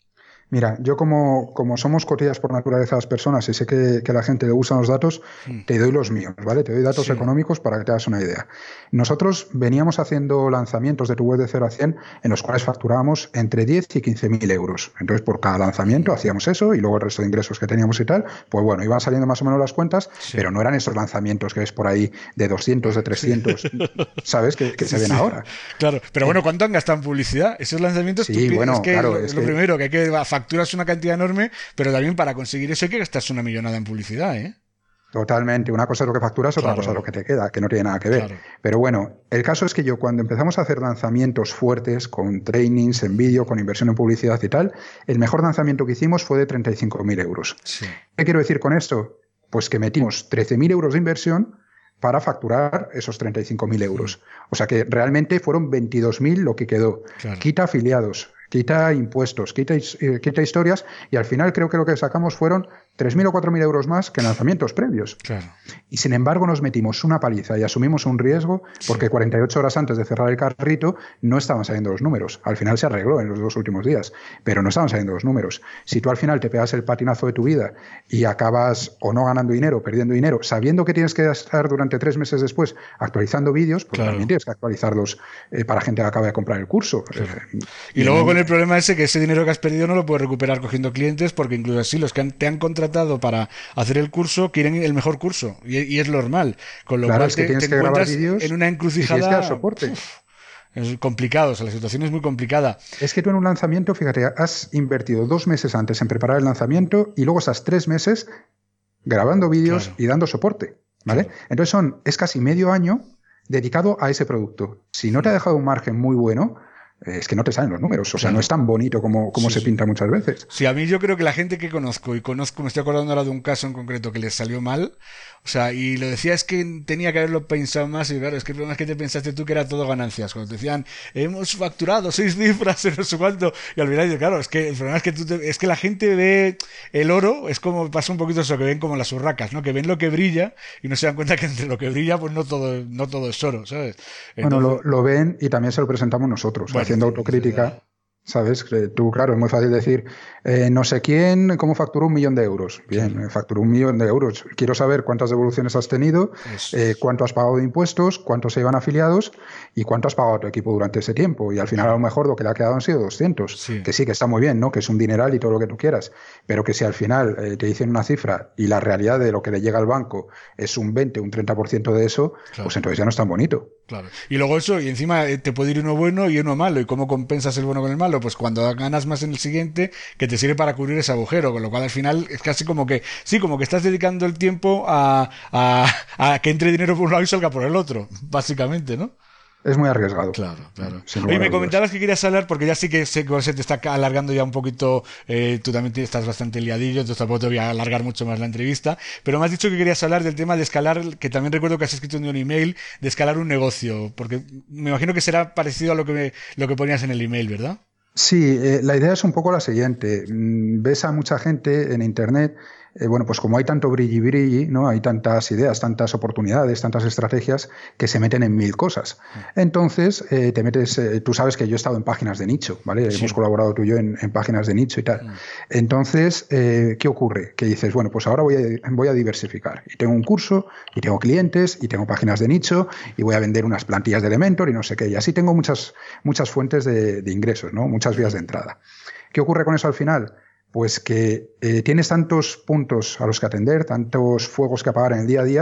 Mira, yo como, como somos cotillas por naturaleza las personas y sé que, que a la gente le gustan los datos, mm. te doy los míos, ¿vale? Te doy datos sí. económicos para que te hagas una idea. Nosotros veníamos haciendo lanzamientos de tu web de cero a cien en los cuales facturábamos entre diez y quince mil euros. Entonces, por cada lanzamiento hacíamos eso y luego el resto de ingresos que teníamos y tal, pues bueno, iban saliendo más o menos las cuentas, sí. pero no eran esos lanzamientos que ves por ahí de doscientos, de trescientos, sí. ¿sabes? Que, que se ven sí. ahora. Claro, pero bueno, ¿cuánto han gastado en publicidad? Esos lanzamientos, sí, tú bueno, es que claro, es, es lo que... primero, que hay que facturas una cantidad enorme, pero también para conseguir eso hay que gastarse una millonada en publicidad, ¿eh? Totalmente. Una cosa es lo que facturas, otra claro. cosa es lo que te queda, que no tiene nada que ver. Claro. Pero bueno, el caso es que yo cuando empezamos a hacer lanzamientos fuertes, con trainings en vídeo, con inversión en publicidad y tal, el mejor lanzamiento que hicimos fue de treinta y cinco mil euros. Sí. ¿Qué quiero decir con esto? Pues que metimos trece mil euros de inversión para facturar esos treinta y cinco mil euros. Sí. O sea que realmente fueron veintidós mil lo que quedó. Claro. Quita afiliados, quita impuestos, quita, eh, quita historias y al final creo que lo que sacamos fueron tres mil o cuatro mil euros más que en lanzamientos previos. Claro. Y sin embargo nos metimos una paliza y asumimos un riesgo porque sí. cuarenta y ocho horas antes de cerrar el carrito no estaban saliendo los números. Al final se arregló en los dos últimos días, pero no estaban saliendo los números. Si tú al final te pegas el patinazo de tu vida y acabas o no ganando dinero, perdiendo dinero, sabiendo que tienes que estar durante tres meses después actualizando vídeos, pues claro. también tienes que actualizarlos eh, para gente que acabe de comprar el curso. Claro. Eh, y, y luego no... con el problema ese que ese dinero que has perdido no lo puedes recuperar cogiendo clientes porque incluso así los que han, te han contratado para hacer el curso quieren el mejor curso y, y es normal, con lo claro, cual es que te, tienes te que encuentras vídeos en una encrucijada. Y tienes que dar soporte. Uf, es complicado, o sea, la situación es muy complicada. Es que tú en un lanzamiento, fíjate, has invertido dos meses antes en preparar el lanzamiento y luego estás tres meses grabando vídeos claro. y dando soporte, ¿vale? Claro. Entonces son, es casi medio año dedicado a ese producto. Si no te ha dejado un margen muy bueno, es que no te salen los números, o sea, claro. no es tan bonito como, como sí, se sí. pinta muchas veces. Sí, a mí yo creo que la gente que conozco, y conozco, me estoy acordando ahora de un caso en concreto que les salió mal, o sea, y lo decía es que tenía que haberlo pensado más, y claro, es que el problema es que te pensaste tú que era todo ganancias, cuando te decían, hemos facturado seis cifras en no sé cuánto, y al final, claro, es que el problema es que tú te, es que la gente ve el oro, es como pasa un poquito eso, que ven como las urracas, ¿no? Que ven lo que brilla, y no se dan cuenta que entre lo que brilla, pues no todo, no todo es oro, ¿sabes? Entonces, bueno, lo, lo ven y también se lo presentamos nosotros, bueno, haciendo autocrítica. ¿Sabes? Tú, claro, es muy fácil decir, eh, no sé quién, cómo facturó un millón de euros. Bien, claro. facturó un millón de euros. Quiero saber cuántas devoluciones has tenido, eh, cuánto has pagado de impuestos, cuántos se iban afiliados y cuánto has pagado a tu equipo durante ese tiempo. Y al final, a lo mejor, lo que le ha quedado han sido doscientos. Sí. Que sí, que está muy bien, ¿no? Que es un dineral y todo lo que tú quieras. Pero que si al final eh, te dicen una cifra y la realidad de lo que le llega al banco es un veinte, un treinta por ciento de eso, claro. pues entonces ya no es tan bonito. Claro. Y luego eso, y encima te puede ir uno bueno y uno malo. ¿Y cómo compensas el bueno con el malo? Pues cuando ganas más en el siguiente, que te sirve para cubrir ese agujero, con lo cual al final es casi como que, sí, como que estás dedicando el tiempo a, a, a que entre dinero por un lado y salga por el otro, básicamente, ¿no? Es muy arriesgado. Claro, claro. Oye, me comentabas que querías hablar, porque ya sí que sé que se te está alargando ya un poquito, eh, tú también estás bastante liadillo, entonces tampoco te voy a alargar mucho más la entrevista, pero me has dicho que querías hablar del tema de escalar, que también recuerdo que has escrito en un email, de escalar un negocio, porque me imagino que será parecido a lo que, me, lo que ponías en el email, ¿verdad? Sí, eh, la idea es un poco la siguiente. Ves a mucha gente en Internet, eh, bueno, pues como hay tanto brilli brilli, ¿no? Hay tantas ideas, tantas oportunidades, tantas estrategias que se meten en mil cosas. Entonces, eh, te metes, eh, tú sabes que yo he estado en páginas de nicho, ¿vale? Sí. Hemos colaborado tú y yo en, en páginas de nicho y tal. Mm. Entonces, eh, ¿qué ocurre? Que dices, bueno, pues ahora voy a, voy a diversificar. Y tengo un curso, y tengo clientes, y tengo páginas de nicho, y voy a vender unas plantillas de Elementor y no sé qué. Y así tengo muchas, muchas fuentes de, de ingresos, ¿no? Muchas vías de entrada. ¿Qué ocurre con eso al final? Pues que eh, tienes tantos puntos a los que atender, tantos fuegos que apagar en el día a día,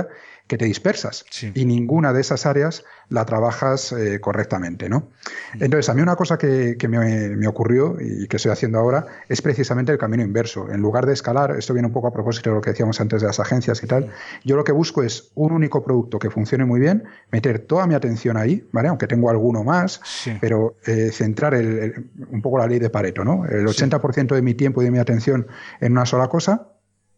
que te dispersas sí. y ninguna de esas áreas la trabajas eh, correctamente, ¿no? Entonces, a mí una cosa que, que me, me ocurrió y que estoy haciendo ahora es precisamente el camino inverso. En lugar de escalar, esto viene un poco a propósito de lo que decíamos antes de las agencias y tal, yo lo que busco es un único producto que funcione muy bien, meter toda mi atención ahí, ¿vale? Aunque tengo alguno más, sí. pero eh, centrar el, el, un poco la ley de Pareto, ¿no? El ochenta por ciento de mi tiempo y de mi atención en una sola cosa.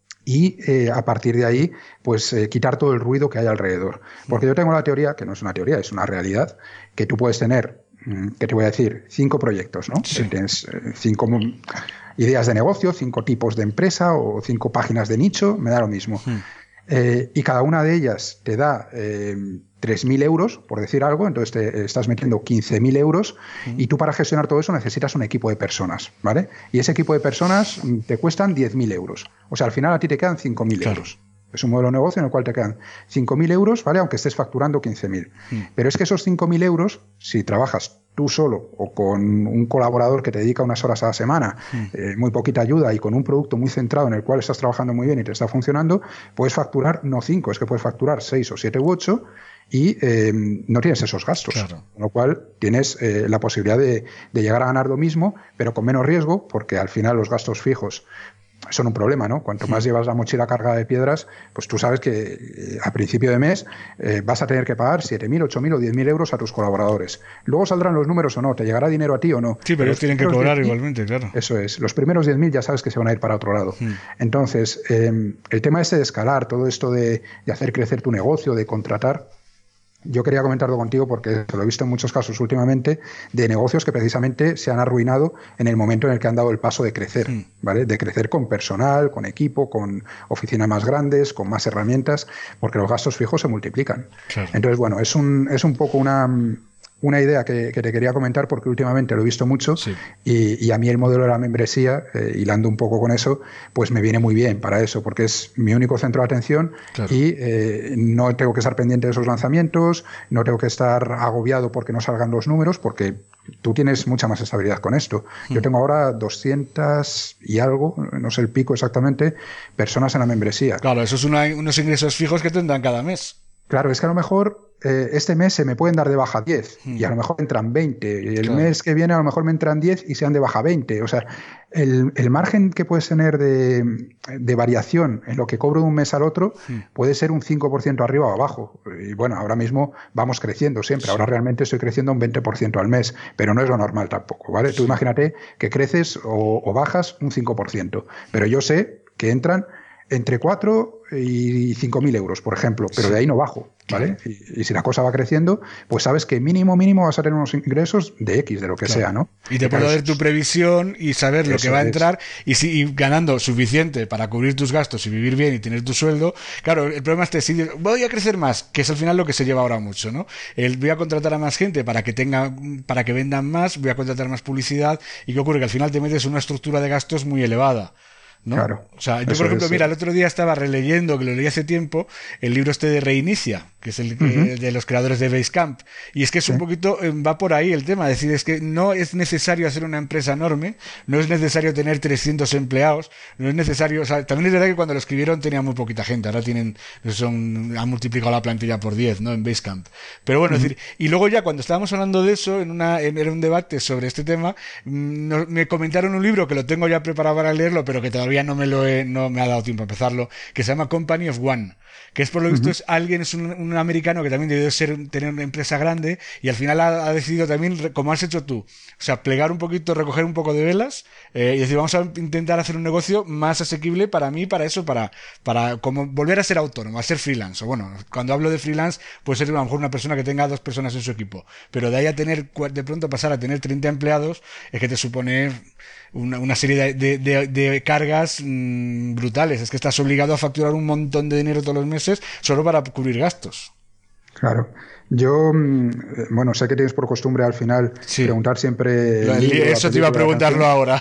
Y eh, a partir de ahí, pues eh, quitar todo el ruido que hay alrededor. Porque yo tengo la teoría, que no es una teoría, es una realidad, que tú puedes tener, ¿qué te voy a decir? Cinco proyectos, ¿no? Sí. Tienes eh, cinco ideas de negocio, cinco tipos de empresa o cinco páginas de nicho, me da lo mismo. Hmm. Eh, y cada una de ellas te da eh, tres mil euros, por decir algo, entonces te estás metiendo quince mil euros uh-huh. y tú para gestionar todo eso necesitas un equipo de personas, ¿vale? Y ese equipo de personas te cuestan diez mil euros. O sea, al final a ti te quedan cinco mil claro. euros. Es un modelo de negocio en el cual te quedan cinco mil euros, ¿vale? Aunque estés facturando quince mil. Uh-huh. Pero es que esos cinco mil euros, si trabajas tú solo o con un colaborador que te dedica unas horas a la semana, mm. eh, muy poquita ayuda y con un producto muy centrado en el cual estás trabajando muy bien y te está funcionando, puedes facturar no cinco, es que puedes facturar seis o siete u ocho y eh, no tienes esos gastos. Claro. Con lo cual tienes eh, la posibilidad de, de llegar a ganar lo mismo, pero con menos riesgo, porque al final los gastos fijos son un problema, ¿no? Cuanto más llevas la mochila cargada de piedras, pues tú sabes que eh, a principio de mes eh, vas a tener que pagar siete mil, ocho mil o diez mil euros a tus colaboradores. Luego saldrán los números o no, te llegará dinero a ti o no. Sí, pero, pero ellos tienen que cobrar igualmente, claro. Eso es. Los primeros diez mil ya sabes que se van a ir para otro lado. Hmm. Entonces, eh, el tema este de escalar, todo esto de, de hacer crecer tu negocio, de contratar, yo quería comentarlo contigo porque lo he visto en muchos casos últimamente de negocios que precisamente se han arruinado en el momento en el que han dado el paso de crecer, mm. ¿vale? De crecer con personal, con equipo, con oficinas más grandes, con más herramientas, porque los gastos fijos se multiplican. Claro. Entonces, bueno, es un, es un poco una... Una idea que, que te quería comentar porque últimamente lo he visto mucho sí. y, y a mí el modelo de la membresía, eh, hilando un poco con eso, pues me viene muy bien para eso porque es mi único centro de atención claro. y eh, no tengo que estar pendiente de esos lanzamientos, no tengo que estar agobiado porque no salgan los números porque tú tienes mucha más estabilidad con esto. Mm. Yo tengo ahora doscientas y algo, no sé el pico exactamente, personas en la membresía. Claro, esos son una, unos ingresos fijos que tendrán cada mes. Claro, es que a lo mejor eh, este mes se me pueden dar de baja diez hmm. y a lo mejor entran veinte y el claro. mes que viene a lo mejor me entran diez y sean de baja veinte. O sea, el, el margen que puedes tener de, de variación en lo que cobro de un mes al otro hmm. puede ser un cinco por ciento arriba o abajo. Y bueno, ahora mismo vamos creciendo siempre. Sí. Ahora realmente estoy creciendo un veinte por ciento al mes, pero no es lo normal tampoco, ¿vale? Sí. Tú imagínate que creces o, o bajas un cinco por ciento, pero yo sé que entran entre cuatro y cinco mil euros, por ejemplo, pero sí. de ahí no bajo, ¿vale? Claro. Y, y si la cosa va creciendo, pues sabes que mínimo, mínimo vas a tener unos ingresos de X, de lo que claro. sea, ¿no? Y te puede dar tu previsión y saber lo que va a entrar y, si, y ganando suficiente para cubrir tus gastos y vivir bien y tener tu sueldo. Claro, el problema es que si voy a crecer más, que es al final lo que se lleva ahora mucho, ¿no? El voy a contratar a más gente para que tenga, para que vendan más, voy a contratar más publicidad y ¿qué ocurre? Que al final te metes en una estructura de gastos muy elevada. ¿No? Claro. O sea, yo por ejemplo, es, mira, el otro día estaba releyendo, que lo leí hace tiempo, el libro este de Reinicia, que es el que, uh-huh. de los creadores de Basecamp, y es que es sí. un poquito, va por ahí el tema, es decir, es que no es necesario hacer una empresa enorme, no es necesario tener trescientos empleados, no es necesario, o sea, también es verdad que cuando lo escribieron tenía muy poquita gente, ahora tienen, son, han multiplicado la plantilla por diez, ¿no? En Basecamp. Pero bueno, uh-huh. es decir, y luego ya cuando estábamos hablando de eso, en una, en, en un debate sobre este tema, no, me comentaron un libro que lo tengo ya preparado para leerlo, pero que todavía no me lo he, no me ha dado tiempo a empezarlo, que se llama Company of One, que es por lo visto uh-huh. es alguien, es un, un americano que también debió ser, tener una empresa grande y al final ha, ha decidido también, como has hecho tú, o sea, plegar un poquito, recoger un poco de velas eh, y decir, vamos a intentar hacer un negocio más asequible para mí, para eso, para, para como volver a ser autónomo, a ser freelance, o bueno, cuando hablo de freelance puede ser a lo mejor una persona que tenga dos personas en su equipo, pero de ahí a tener, de pronto pasar a tener treinta empleados, es que te supone una, una serie de, de, de, de cargas mmm, brutales, es que estás obligado a facturar un montón de dinero todos los meses solo para cubrir gastos. Claro. Yo, bueno, sé que tienes por costumbre al final sí. preguntar siempre... El libro, eso te iba a preguntarlo ahora.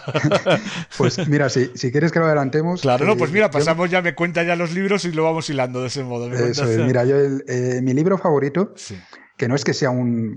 Pues mira, si, si quieres que lo adelantemos... Claro, eh, no, pues mira, pasamos yo, ya, me cuenta ya los libros y lo vamos hilando de ese modo. Eso es, mira, yo el, eh, mi libro favorito... Sí. Que no es que sea un...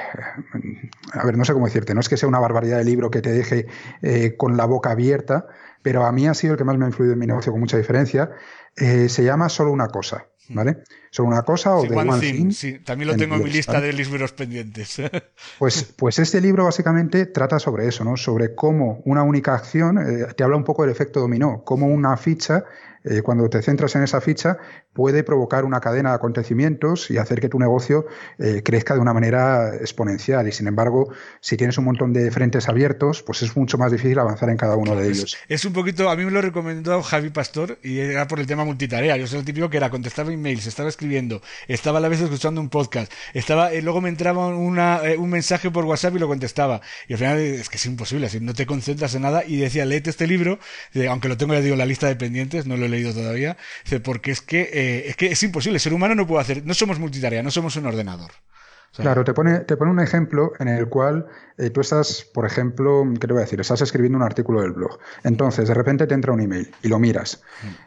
A ver, no sé cómo decirte, no es que sea una barbaridad de libro que te deje eh, con la boca abierta, pero a mí ha sido el que más me ha influido en mi negocio con mucha diferencia. Eh, se llama Solo una cosa, ¿vale? Sobre una cosa o sí, de One, One Thing, Thing. sí, también lo tengo en mi lista ¿vale? de libros pendientes. Pues, pues este libro básicamente trata sobre eso, ¿no? Sobre cómo una única acción, eh, te habla un poco del efecto dominó, cómo una ficha, eh, cuando te centras en esa ficha, puede provocar una cadena de acontecimientos y hacer que tu negocio eh, crezca de una manera exponencial. Y sin embargo, si tienes un montón de frentes abiertos, pues es mucho más difícil avanzar en cada uno claro, de ellos. Es, es un poquito, a mí me lo recomendó Javi Pastor y era por el tema multitarea. Yo soy el típico que era contestaba emails, estaba escribiendo, estaba a la vez escuchando un podcast, estaba eh, luego me entraba una, eh, un mensaje por WhatsApp y lo contestaba. Y al final es que es imposible, así no te concentras en nada. Y decía, léete este libro, eh, aunque lo tengo ya digo en la lista de pendientes, no lo he leído todavía, dice, porque es que eh, es que es imposible, el ser humano no puede hacer, no somos multitarea, no somos un ordenador. O sea, claro, te pone, te pone un ejemplo en el cual eh, tú estás, por ejemplo, ¿qué te voy a decir? Estás escribiendo un artículo del blog. Entonces, de repente te entra un email y lo miras.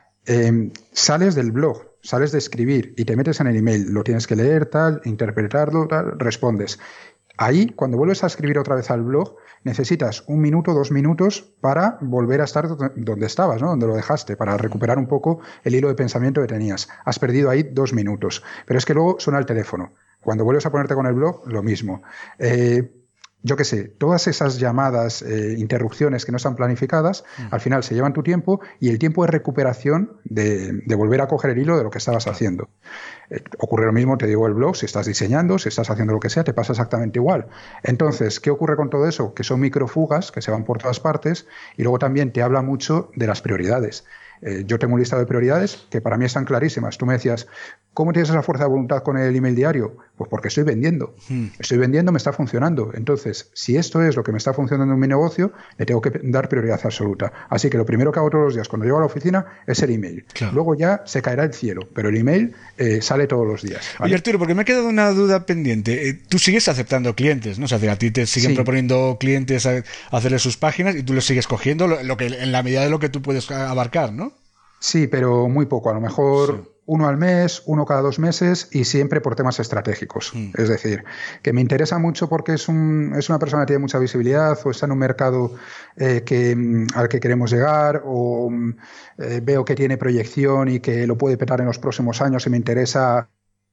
Eh, sales del blog, sales de escribir y te metes en el email, lo tienes que leer, tal, interpretarlo, tal, respondes. Ahí, cuando vuelves a escribir otra vez al blog, necesitas un minuto, dos minutos para volver a estar donde estabas, ¿no? Donde lo dejaste, para recuperar un poco el hilo de pensamiento que tenías. Has perdido ahí dos minutos. Pero es que luego suena el teléfono. Cuando vuelves a ponerte con el blog, lo mismo. Eh, yo qué sé, todas esas llamadas, eh, interrupciones que no están planificadas, mm. al final se llevan tu tiempo y el tiempo de recuperación de, de volver a coger el hilo de lo que estabas haciendo. Eh, ocurre lo mismo, te digo, el blog, si estás diseñando, si estás haciendo lo que sea, te pasa exactamente igual. Entonces, ¿qué ocurre con todo eso? Que son microfugas que se van por todas partes y luego también te habla mucho de las prioridades. Eh, yo tengo un listado de prioridades que para mí están clarísimas. Tú me decías, ¿cómo tienes esa fuerza de voluntad con el email diario? Pues porque estoy vendiendo. Hmm. Estoy vendiendo, me está funcionando. Entonces, si esto es lo que me está funcionando en mi negocio, le tengo que dar prioridad absoluta. Así que lo primero que hago todos los días cuando llego a la oficina es el email. Claro. Luego ya se caerá el cielo, pero el email eh, sale todos los días. ¿Vale? Oye, Arturo, porque me ha quedado una duda pendiente. Eh, tú sigues aceptando clientes, ¿no? O sea, a ti te siguen sí. proponiendo clientes a, a hacerle sus páginas y tú los sigues cogiendo lo, lo que, en la medida de lo que tú puedes abarcar, ¿no? Sí, pero muy poco. A lo mejor sí. uno al mes, uno cada dos meses y siempre por temas estratégicos. Mm. Es decir, que me interesa mucho porque es, un, es una persona que tiene mucha visibilidad o está en un mercado eh, que, al que queremos llegar o eh, veo que tiene proyección y que lo puede petar en los próximos años y me interesa...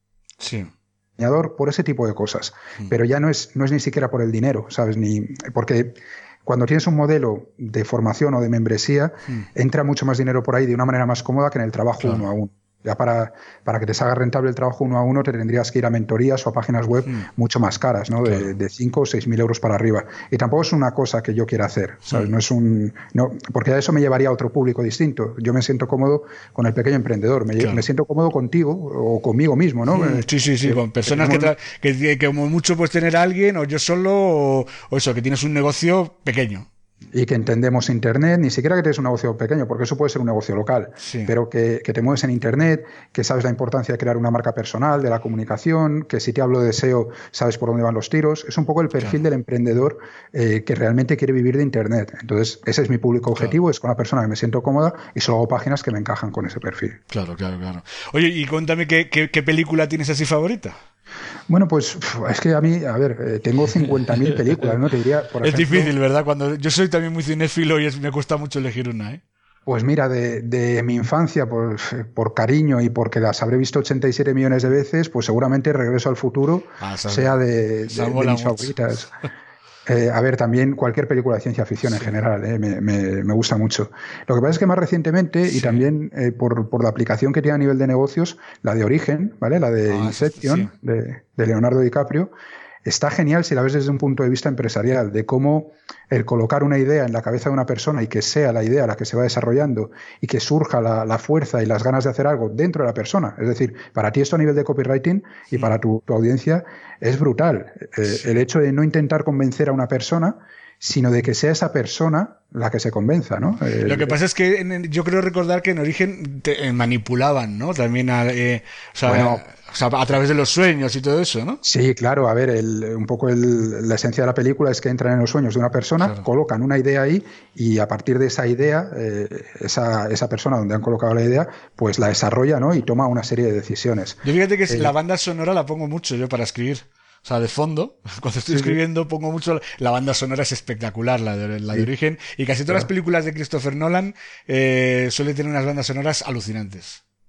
Sí. Por ese tipo de cosas. Mm. Pero ya no es, no es ni siquiera por el dinero, ¿sabes? Ni porque... Cuando tienes un modelo de formación o de membresía, mm. entra mucho más dinero por ahí de una manera más cómoda que en el trabajo claro. uno a uno. Ya para, para que te salga rentable el trabajo uno a uno te tendrías que ir a mentorías o a páginas web mm. mucho más caras, ¿no? Claro. De, de cinco o seis mil euros para arriba. Y tampoco es una cosa que yo quiera hacer, ¿sabes? Mm. No es un... No, porque a eso me llevaría a otro público distinto. Yo me siento cómodo con el pequeño emprendedor. Me, claro. me siento cómodo contigo o conmigo mismo, ¿no? Mm. Sí, sí, sí. Eh, con personas que, que, que, que como mucho puedes tener a alguien o yo solo o, o eso, que tienes un negocio pequeño. Y que entendemos Internet, ni siquiera que tienes un negocio pequeño, porque eso puede ser un negocio local, sí. pero que, que te mueves en Internet, que sabes la importancia de crear una marca personal, de la comunicación, que si te hablo de S E O sabes por dónde van los tiros. Es un poco el perfil claro. del emprendedor eh, que realmente quiere vivir de Internet. Entonces, ese es mi público objetivo, claro. es con la persona que me siento cómoda y solo hago páginas que me encajan con ese perfil. Claro, claro, claro. Oye, y cuéntame qué, qué, qué película tienes así favorita. Bueno, pues es que a mí, a ver, eh, tengo cincuenta mil películas, ¿no? Te diría, por es ejemplo, difícil, ¿verdad? Cuando yo soy también muy cinéfilo y es, me cuesta mucho elegir una, ¿eh? Pues mira, de, de mi infancia, por, por cariño y porque las habré visto ochenta y siete millones de veces, pues seguramente Regreso al Futuro ah, sea de, de, de mis mucho. favoritas. Eh, a ver, también cualquier película de ciencia ficción sí. en general, eh, me, me, me gusta mucho. Lo que pasa es que más recientemente, sí. y también eh, por, por la aplicación que tiene a nivel de negocios, la de Origen, ¿vale? La de ah, Inception, sí. de, de Leonardo DiCaprio, está genial si la ves desde un punto de vista empresarial, de cómo el colocar una idea en la cabeza de una persona y que sea la idea la que se va desarrollando y que surja la, la fuerza y las ganas de hacer algo dentro de la persona. Es decir, para ti esto a nivel de copywriting y para tu, tu audiencia es brutal. Eh, el hecho de no intentar convencer a una persona, sino de que sea esa persona la que se convenza, ¿no? Eh, Lo que pasa es que en, yo creo recordar que en Origen te, eh, manipulaban, ¿no? También a, eh, o sea, bueno, o sea, a través de los sueños y todo eso, ¿no? Sí, claro. A ver, el, un poco el, la esencia de la película es que entran en los sueños de una persona, claro. colocan una idea ahí y a partir de esa idea, eh, esa, esa persona donde han colocado la idea, pues la desarrolla, ¿no? Y toma una serie de decisiones. Yo fíjate que eh, la banda sonora la pongo mucho yo para escribir. O sea, de fondo, cuando estoy sí, escribiendo sí. pongo mucho... La banda sonora es espectacular, la de, la de sí. Origen. Y casi todas claro. las películas de Christopher Nolan eh, suelen tener unas bandas sonoras alucinantes.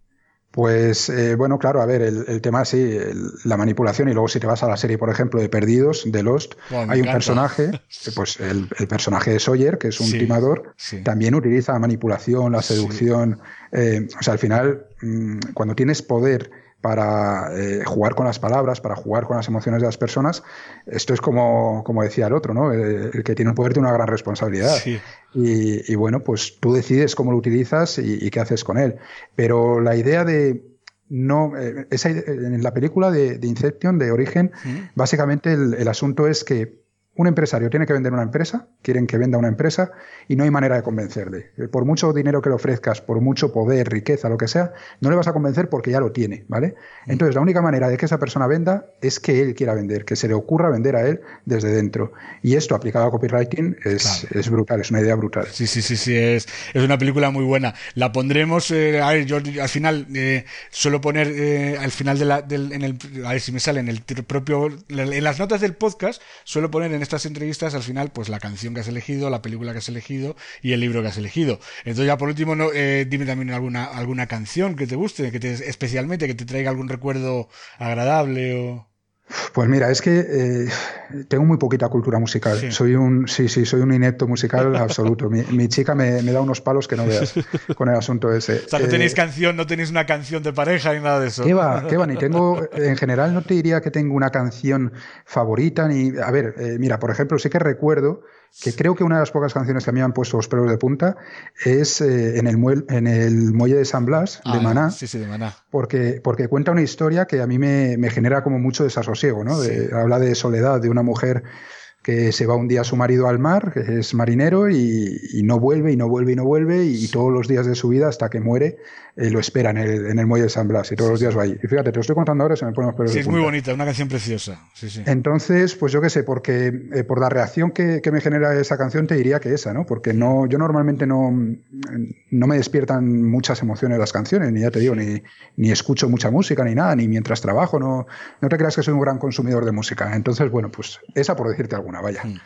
Pues eh, bueno, claro, a ver, el, el tema sí, el, la manipulación, y luego si te vas a la serie, por ejemplo, de Perdidos, de Lost, bueno, hay un personaje, pues el, el personaje de Sawyer, que es un sí, timador, sí. también utiliza la manipulación, la seducción, sí. eh, o sea, al final, mmm, cuando tienes poder para eh, jugar con las palabras, para jugar con las emociones de las personas, esto es como, como decía el otro, ¿no? El, el que tiene el poder tiene una gran responsabilidad. Sí. Y, y bueno, pues tú decides cómo lo utilizas y, y qué haces con él. Pero la idea de no, eh, esa, en la película de, de Inception, de Origen, ¿sí? básicamente el, el asunto es que un empresario tiene que vender una empresa, quieren que venda una empresa y no hay manera de convencerle. Por mucho dinero que le ofrezcas, por mucho poder, riqueza, lo que sea, no le vas a convencer porque ya lo tiene, ¿vale? Entonces, la única manera de que esa persona venda es que él quiera vender, que se le ocurra vender a él desde dentro. Y esto, aplicado a copywriting, es, claro. es brutal, es una idea brutal. Sí, sí, sí, sí, es, es una película muy buena. La pondremos, eh, a ver, yo al final eh, suelo poner eh, al final de la, del, en el, a ver si me sale en el propio, en las notas del podcast, suelo poner en estas entrevistas al final pues la canción que has elegido, la película que has elegido y el libro que has elegido. Entonces ya por último no, eh, dime también alguna alguna canción que te guste, que te especialmente que te traiga algún recuerdo agradable o... Pues mira, es que eh, tengo muy poquita cultura musical. Sí. Soy un, sí, sí, soy un inepto musical absoluto. Mi, mi chica me, me da unos palos que no veas con el asunto ese. O sea, no tenéis eh, canción, no tenéis una canción de pareja ni nada de eso. ¿Qué va? ¿Qué va? Ni tengo, en general no te diría que tengo una canción favorita ni, a ver, eh, mira, por ejemplo, sí que recuerdo que creo que una de las pocas canciones que a mí me han puesto los pelos de punta es eh, en, el muelle, en el muelle de San Blas, ah, de Maná. Sí, sí, de Maná. Porque, porque cuenta una historia que a mí me, me genera como mucho desasosiego, ¿no? De, sí. Habla de soledad, de una mujer que se va un día a su marido al mar, que es marinero, y, y no vuelve, y no vuelve, y no vuelve, y sí. todos los días de su vida, hasta que muere, eh, lo espera en el, en el muelle de San Blas, y todos sí. los días va ahí. Y fíjate, te lo estoy contando ahora y se me ponen los pelos Sí, de es punta. muy bonita, una canción preciosa. Sí, sí. Entonces, pues yo qué sé, porque eh, por la reacción que, que me genera esa canción te diría que esa, ¿no? Porque no, yo normalmente no, no me despiertan muchas emociones las canciones, ni ya te digo, ni, ni escucho mucha música, ni nada, ni mientras trabajo, no, no te creas que soy un gran consumidor de música. Entonces, bueno, pues esa por decirte alguna, vaya. Mm.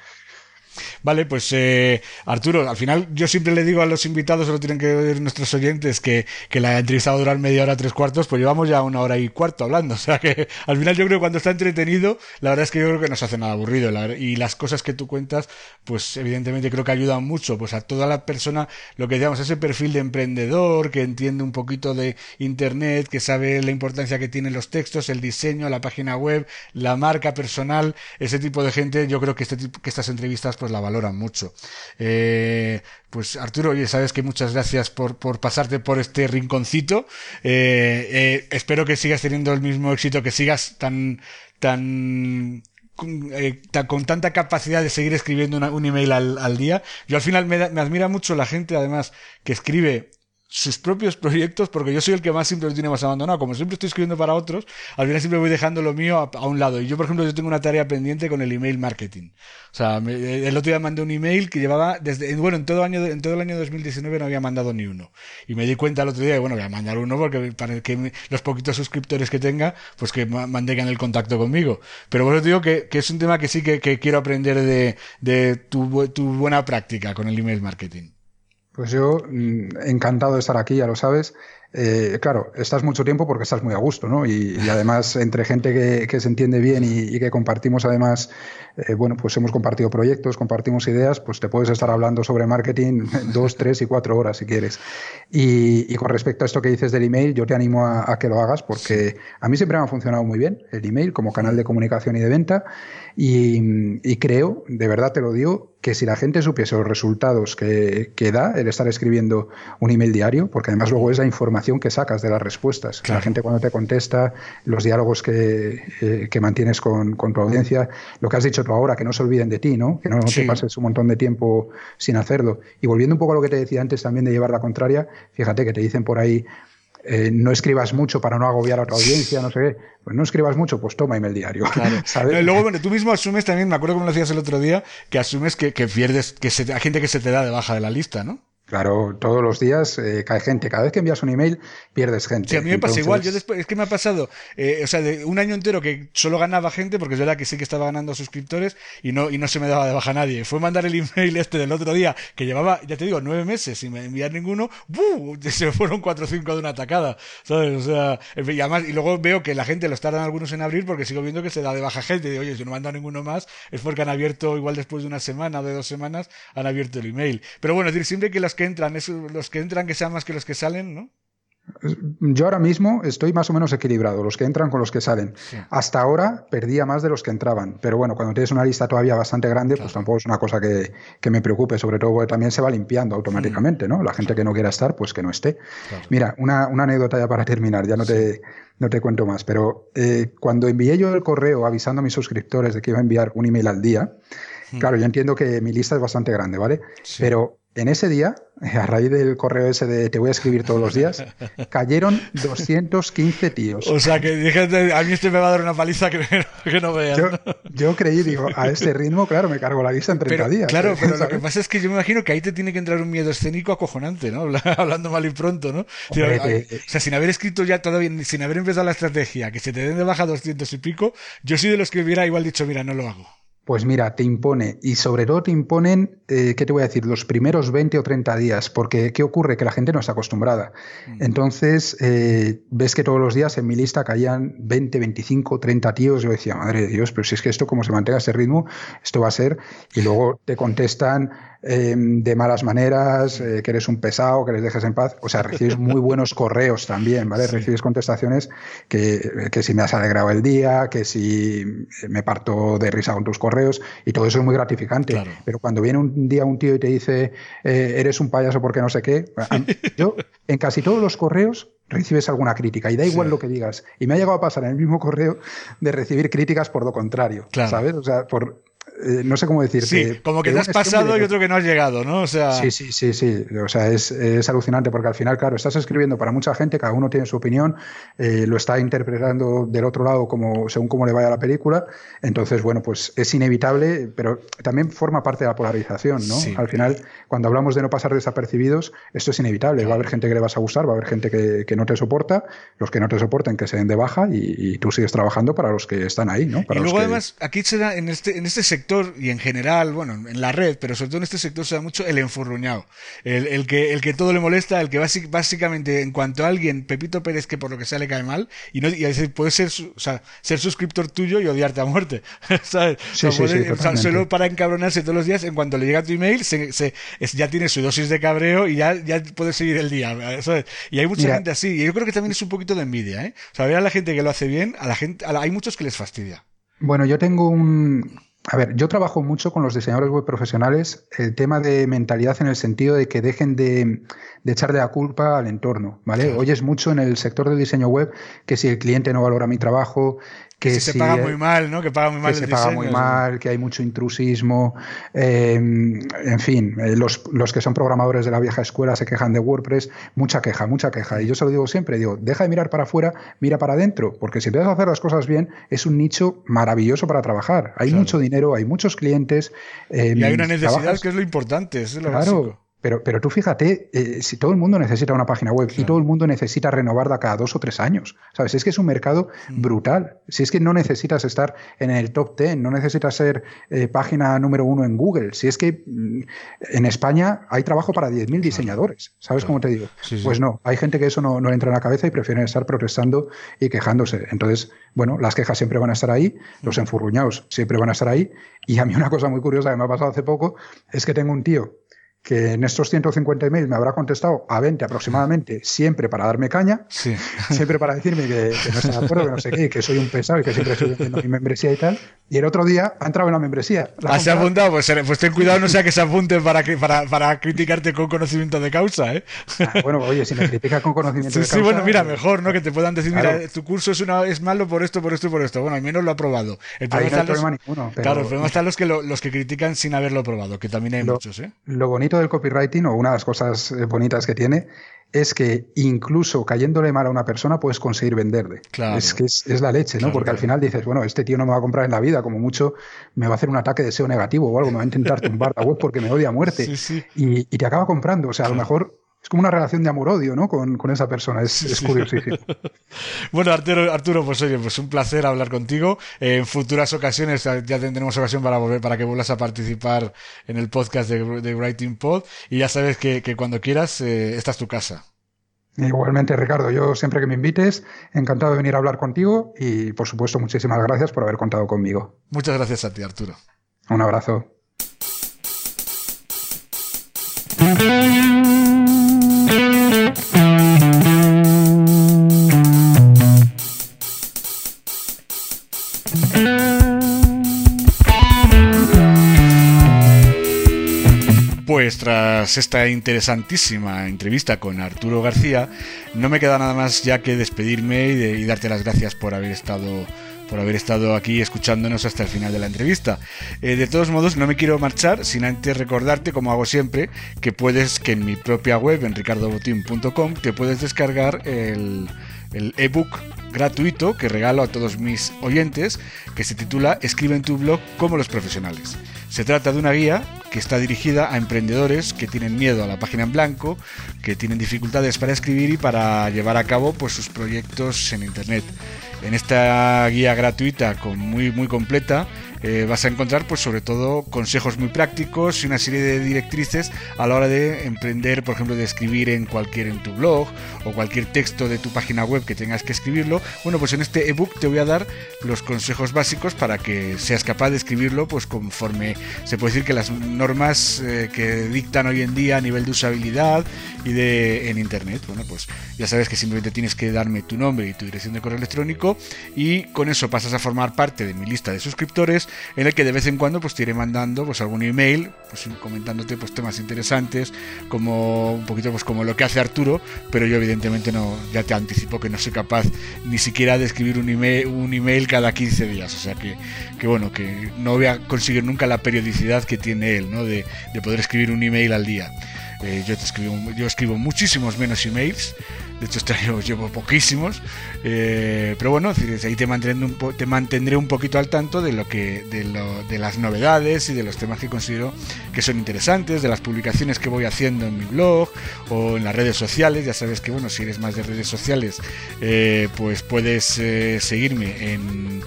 Vale, pues eh, Arturo, al final yo siempre le digo a los invitados, solo tienen que ver nuestros oyentes, que, que la entrevista va a durar media hora, tres cuartos, pues llevamos ya una hora y cuarto hablando, o sea que al final yo creo que cuando está entretenido, la verdad es que yo creo que no se hace nada aburrido, la, y las cosas que tú cuentas, pues evidentemente creo que ayudan mucho, pues a toda la persona, lo que digamos, ese perfil de emprendedor, que entiende un poquito de internet, que sabe la importancia que tienen los textos, el diseño, la página web, la marca personal, ese tipo de gente, yo creo que este tipo, que estas entrevistas pues la valoran mucho. Eh, pues Arturo, oye, sabes que muchas gracias por, por pasarte por este rinconcito. Eh, eh, espero que sigas teniendo el mismo éxito, que sigas tan, tan, eh, tan con tanta capacidad de seguir escribiendo una, un email al, al día. Yo al final me, da, me admira mucho la gente, además, que escribe sus propios proyectos, porque yo soy el que más siempre lo tiene más abandonado. Como siempre estoy escribiendo para otros, al final siempre voy dejando lo mío a, a un lado. Y yo, por ejemplo, yo tengo una tarea pendiente con el email marketing. O sea, me, el otro día mandé un email que llevaba desde, bueno, en todo año, en todo el año dos mil diecinueve no había mandado ni uno. Y me di cuenta el otro día, y bueno, voy a mandar uno porque para que me, los poquitos suscriptores que tenga, pues que mantengan el contacto conmigo. Pero bueno, te digo que, que es un tema que sí que, que quiero aprender de, de tu, tu buena práctica con el email marketing. Pues yo encantado de estar aquí, ya lo sabes. Eh, claro, estás mucho tiempo porque estás muy a gusto, ¿no? Y, y además entre gente que, que se entiende bien y, y que compartimos además, eh, bueno, pues hemos compartido proyectos, compartimos ideas, pues te puedes estar hablando sobre marketing dos, tres y cuatro horas si quieres. Y, y con respecto a esto que dices del email, yo te animo a, a que lo hagas porque a mí siempre me ha funcionado muy bien el email como canal de comunicación y de venta y, y creo, de verdad te lo digo, que si la gente supiese los resultados que, que da el estar escribiendo un email diario, porque además luego es la información que sacas de las respuestas. Claro. La gente cuando te contesta, los diálogos que, eh, que mantienes con, con tu audiencia, lo que has dicho tú ahora, que no se olviden de ti, ¿no? Que no sí. te pases un montón de tiempo sin hacerlo. Y volviendo un poco a lo que te decía antes también de llevar la contraria, fíjate que te dicen por ahí, Eh, no escribas mucho para no agobiar a tu audiencia, no sé qué. Pues no escribas mucho, pues toma email diario. Claro. ¿Sabes? No, y luego, bueno, tú mismo asumes también, me acuerdo como lo decías el otro día, que asumes que, que pierdes, que se, hay gente que se te da de baja de la lista, ¿no? Claro, todos los días eh, cae gente. Cada vez que envías un email, pierdes gente. Sí, a mí me Entonces... pasa igual. Yo después, es que me ha pasado, eh, o sea, de un año entero que solo ganaba gente, porque es verdad que sí que estaba ganando suscriptores y no, y no se me daba de baja nadie. Fue mandar el email este del otro día, que llevaba, ya te digo, nueve meses sin enviar ninguno, ¡buh! Se me fueron cuatro o cinco de una tacada, ¿sabes? O sea, y además, y luego veo que la gente los tardan algunos en abrir porque sigo viendo que se da de baja gente. Y digo, oye, si no mandan ninguno más, es porque han abierto, igual después de una semana o de dos semanas, han abierto el email. Pero bueno, es decir, siempre que los que entran, es, los que entran que sean más que los que salen, ¿no? Yo ahora mismo estoy más o menos equilibrado, los que entran con los que salen. Sí. Hasta ahora perdía más de los que entraban, pero bueno, cuando tienes una lista todavía bastante grande, claro, pues tampoco es una cosa que, que me preocupe, sobre todo porque también se va limpiando automáticamente, ¿no? La gente que no quiera estar, pues que no esté. Claro. Mira, una, una anécdota ya para terminar, ya no te, sí. no te cuento más, pero eh, cuando envié yo el correo avisando a mis suscriptores de que iba a enviar un email al día, mm. claro, yo entiendo que mi lista es bastante grande, ¿vale? Sí. Pero en ese día, a raíz del correo ese de te voy a escribir todos los días, cayeron doscientos quince tíos. O sea, que dije, a mí este me va a dar una paliza que, que no veas. Yo, yo creí, digo, a este ritmo, claro, me cargo la lista en treinta pero, días. Claro, pero ¿sabes? Lo que pasa es que yo me imagino que ahí te tiene que entrar un miedo escénico acojonante, ¿no? Hablando mal y pronto, ¿no? Hombre, o, sea, te, o sea, sin haber escrito ya todavía, sin haber empezado la estrategia, que se te den de baja doscientos y pico, yo soy de los que hubiera igual dicho, mira, no lo hago. Pues mira, te impone, y sobre todo te imponen, eh, ¿qué te voy a decir? Los primeros veinte o treinta días, porque ¿qué ocurre? Que la gente no está acostumbrada. Mm. Entonces, eh, ves que todos los días en mi lista caían veinte, veinticinco, treinta tíos. Yo decía, madre de Dios, pero si es que esto, como se mantenga ese ritmo, esto va a ser... Y luego te contestan eh, de malas maneras, eh, que eres un pesado, que les dejes en paz. O sea, recibes muy buenos correos también, ¿vale? Sí. Recibes contestaciones que, que si me has alegrado el día, que si me parto de risa con tus correos, y todo eso es muy gratificante. Claro. Pero cuando viene un día un tío y te dice eh, eres un payaso porque no sé qué, yo en casi todos los correos recibes alguna crítica y da igual sí. lo que digas. Y me ha llegado a pasar en el mismo correo de recibir críticas por lo contrario, claro. ¿sabes? O sea, por... Eh, no sé cómo decir. Sí, que, como que, que te has pasado y otro que no has llegado, ¿no? O sea... Sí, sí, sí, sí. O sea, es, es alucinante porque al final, claro, estás escribiendo para mucha gente, cada uno tiene su opinión, eh, lo está interpretando del otro lado como según cómo le vaya la película. Entonces, bueno, pues es inevitable, pero también forma parte de la polarización, ¿no? Sí. Al final, cuando hablamos de no pasar desapercibidos, esto es inevitable. Claro. Va a haber gente que le vas a gustar, va a haber gente que, que no te soporta, los que no te soporten que se den de baja y, y tú sigues trabajando para los que están ahí, ¿no? Para y luego que... además, aquí se da, en este, en este sector y en general, bueno, en la red, pero sobre todo en este sector se da mucho el enfurruñado, el, el, que, el que todo le molesta, el que basic, básicamente en cuanto a alguien, Pepito Pérez, que por lo que sea le cae mal, y, no, y puede ser, o sea, ser suscriptor tuyo y odiarte a muerte, ¿sabes? Sí, o sea, sí, puede, sí, o sea, solo para encabronarse todos los días, en cuanto le llega tu email, se, se, es, ya tiene su dosis de cabreo y ya, ya puede seguir el día, ¿sabes? Y hay mucha Mira. gente así, y yo creo que también es un poquito de envidia, ¿eh? O sea, ver a la gente que lo hace bien, a la gente, a la, hay muchos que les fastidia. Bueno, yo tengo un... A ver, yo trabajo mucho con los diseñadores web profesionales el tema de mentalidad en el sentido de que dejen de, de echarle la culpa al entorno, ¿vale? Claro. Oyes mucho en el sector del diseño web que si el cliente no valora mi trabajo, que, que si se paga muy mal, ¿no? Que paga muy mal que el se paga diseño, muy mal, que hay mucho intrusismo, eh, en fin, eh, los, los que son programadores de la vieja escuela se quejan de WordPress, mucha queja, mucha queja. Y yo se lo digo siempre, digo, deja de mirar para afuera, mira para adentro, porque si empiezas a hacer las cosas bien, es un nicho maravilloso para trabajar. Hay claro. mucho dinero, hay muchos clientes. Eh, y hay una necesidad trabajas... que es lo importante, eso es lo claro. básico. Pero, pero tú fíjate, eh, si todo el mundo necesita una página web claro. y todo el mundo necesita renovarla cada dos o tres años, ¿sabes? Es que es un mercado mm. brutal. Si es que no necesitas estar en el top diez, no necesitas ser eh, página número uno en Google. Si es que mm, en España hay trabajo para diez mil diseñadores, ¿sabes claro. cómo te digo? Sí, sí. Pues no, hay gente que eso no, no le entra en la cabeza y prefieren estar protestando y quejándose. Entonces, bueno, las quejas siempre van a estar ahí, los enfurruñados siempre van a estar ahí. Y a mí una cosa muy curiosa que me ha pasado hace poco es que tengo un tío que en estos ciento cincuenta emails me habrá contestado a veinte aproximadamente, siempre para darme caña, sí. siempre para decirme que, que no estoy de acuerdo, que no sé qué, que soy un pesado y que siempre estoy vendiendo mi membresía y tal. Y el otro día ha entrado en la membresía. ¿La ¿Has apuntado? Pues, pues ten cuidado, no sea que se apunte para, para, para criticarte con conocimiento de causa, ¿eh? Ah, bueno, oye, si me criticas con conocimiento sí, de causa... Sí, bueno, mira, mejor, ¿no? Que te puedan decir, claro. mira, tu curso es, una, es malo por esto, por esto y por esto. Bueno, al menos lo ha probado. El problema Ahí no hay está problema los... ninguno. Pero... Claro, el problema están los que, lo, los que critican sin haberlo probado, que también hay lo, muchos, ¿eh? Lo bonito del copywriting, o una de las cosas bonitas que tiene, es que incluso cayéndole mal a una persona puedes conseguir venderle. Claro. Es que es, es la leche, ¿no? Claro, Porque claro. al final dices, bueno, este tío no me va a comprar en la vida, como mucho me va a hacer un ataque de S E O negativo o algo, me va a intentar tumbar la web porque me odia a muerte. Sí, sí. Y, y te acaba comprando. O sea, claro. a lo mejor es como una relación de amor-odio, ¿no? Con, con esa persona. Es, es curiosísimo. Bueno, Arturo, Arturo, pues oye, pues un placer hablar contigo. Eh, en futuras ocasiones ya tendremos ocasión para volver, para que vuelvas a participar en el podcast de, de Writing Pod. Y ya sabes que, que cuando quieras, eh, esta es tu casa. Igualmente, Ricardo, yo siempre que me invites, encantado de venir a hablar contigo y, por supuesto, muchísimas gracias por haber contado conmigo. Muchas gracias a ti, Arturo. Un abrazo. Pues tras esta interesantísima entrevista con Arturo García, no me queda nada más ya que despedirme y, de, y darte las gracias por haber estado por haber estado aquí escuchándonos hasta el final de la entrevista. Eh, de todos modos, no me quiero marchar sin antes recordarte, como hago siempre, que puedes, que en mi propia web, en ricardo botín punto com, te puedes descargar el, el ebook gratuito que regalo a todos mis oyentes, que se titula Escribe en tu blog como los profesionales. Se trata de una guía que está dirigida a emprendedores que tienen miedo a la página en blanco, que tienen dificultades para escribir y para llevar a cabo pues, sus proyectos en Internet. En esta guía gratuita, con muy, muy completa, eh, vas a encontrar pues sobre todo consejos muy prácticos y una serie de directrices a la hora de emprender, por ejemplo, de escribir en cualquier en tu blog o cualquier texto de tu página web que tengas que escribirlo. Bueno, pues en este ebook te voy a dar los consejos básicos para que seas capaz de escribirlo pues conforme se puede decir que las normas eh, que dictan hoy en día a nivel de usabilidad y de en Internet. Bueno, pues ya sabes que simplemente tienes que darme tu nombre y tu dirección de correo electrónico y con eso pasas a formar parte de mi lista de suscriptores, en el que de vez en cuando pues te iré mandando pues algún email pues comentándote pues temas interesantes, como un poquito pues como lo que hace Arturo, pero yo evidentemente no, ya te anticipo que no soy capaz ni siquiera de escribir un email, un email cada quince días, o sea que, que bueno, que no voy a conseguir nunca la periodicidad que tiene él, ¿no? De, de poder escribir un email al día. Eh, yo, te escribo, yo escribo muchísimos menos emails, de hecho este año llevo poquísimos, eh, pero bueno, ahí te mantendré, un po- te mantendré un poquito al tanto de lo que de, lo, de las novedades y de los temas que considero que son interesantes, de las publicaciones que voy haciendo en mi blog o en las redes sociales. Ya sabes que bueno, si eres más de redes sociales, eh, pues puedes eh, seguirme en,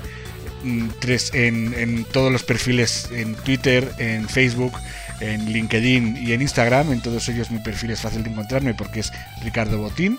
tres, en, en todos los perfiles, en Twitter, en Facebook, en LinkedIn y en Instagram. En todos ellos mi perfil es fácil de encontrarme porque es Ricardo Botín.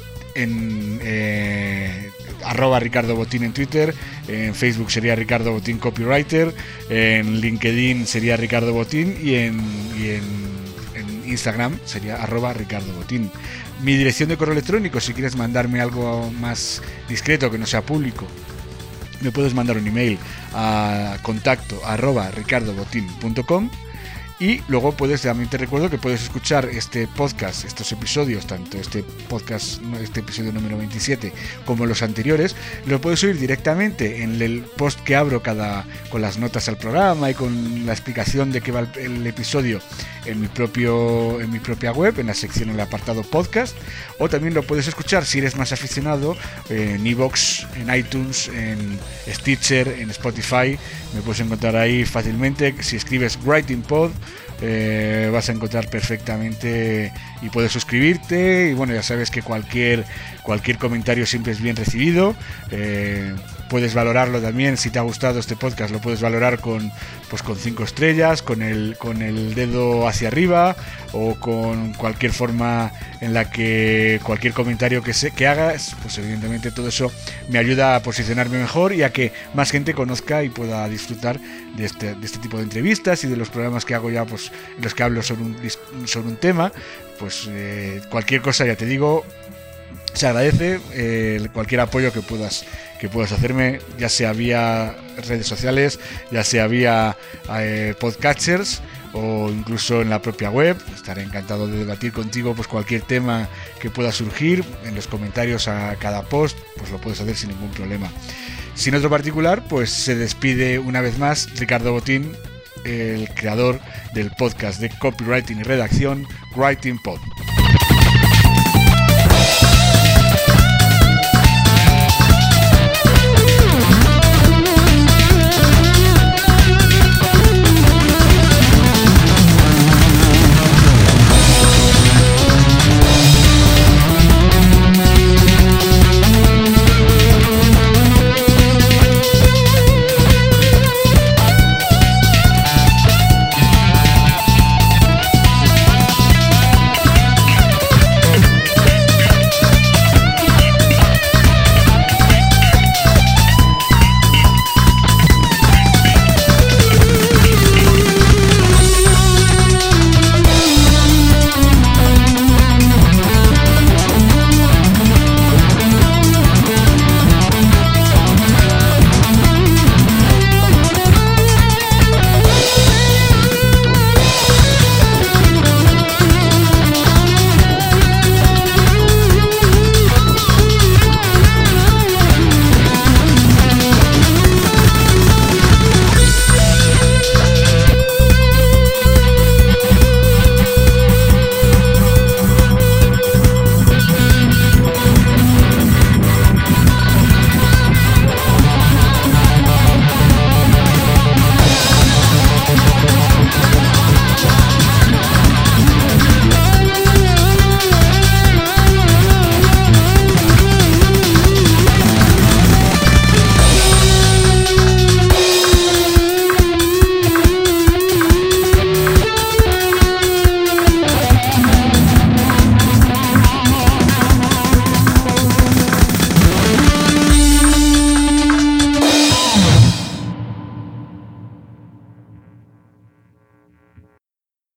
En eh, arroba Ricardo Botín en Twitter, en Facebook sería Ricardo Botín Copywriter, en LinkedIn sería Ricardo Botín y en, y en, en Instagram sería arroba Ricardo Botín. Mi dirección de correo electrónico, si quieres mandarme algo más discreto que no sea público, me puedes mandar un email a contacto arroba ricardo botín punto com. Y luego puedes, también te recuerdo que puedes escuchar este podcast, estos episodios, tanto este podcast, este episodio número veintisiete, como los anteriores, lo puedes oír directamente en el post que abro cada con las notas al programa y con la explicación de qué va el, el episodio en mi propio en mi propia web, en la sección, en el apartado podcast, o también lo puedes escuchar si eres más aficionado en iVoox, en iTunes, en Stitcher, en Spotify. Me puedes encontrar ahí fácilmente. Si escribes Writing Pod, eh, vas a encontrar perfectamente y puedes suscribirte. Y bueno, ya sabes que cualquier cualquier comentario siempre es bien recibido. Eh, puedes valorarlo también, si te ha gustado este podcast, lo puedes valorar con pues con cinco estrellas, con el con el dedo hacia arriba o con cualquier forma en la que cualquier comentario que se, que hagas, pues evidentemente todo eso me ayuda a posicionarme mejor y a que más gente conozca y pueda disfrutar de este de este tipo de entrevistas y de los programas que hago ya, pues en los que hablo sobre un sobre un tema. Pues eh, cualquier cosa, ya te digo, se agradece eh, cualquier apoyo que puedas que puedas hacerme, ya sea vía redes sociales, ya sea vía eh, podcatchers o incluso en la propia web. Estaré encantado de debatir contigo pues cualquier tema que pueda surgir en los comentarios a cada post, pues lo puedes hacer sin ningún problema. Sin otro particular, pues se despide una vez más Ricardo Botín, el creador del podcast de copywriting y redacción Writing Pod.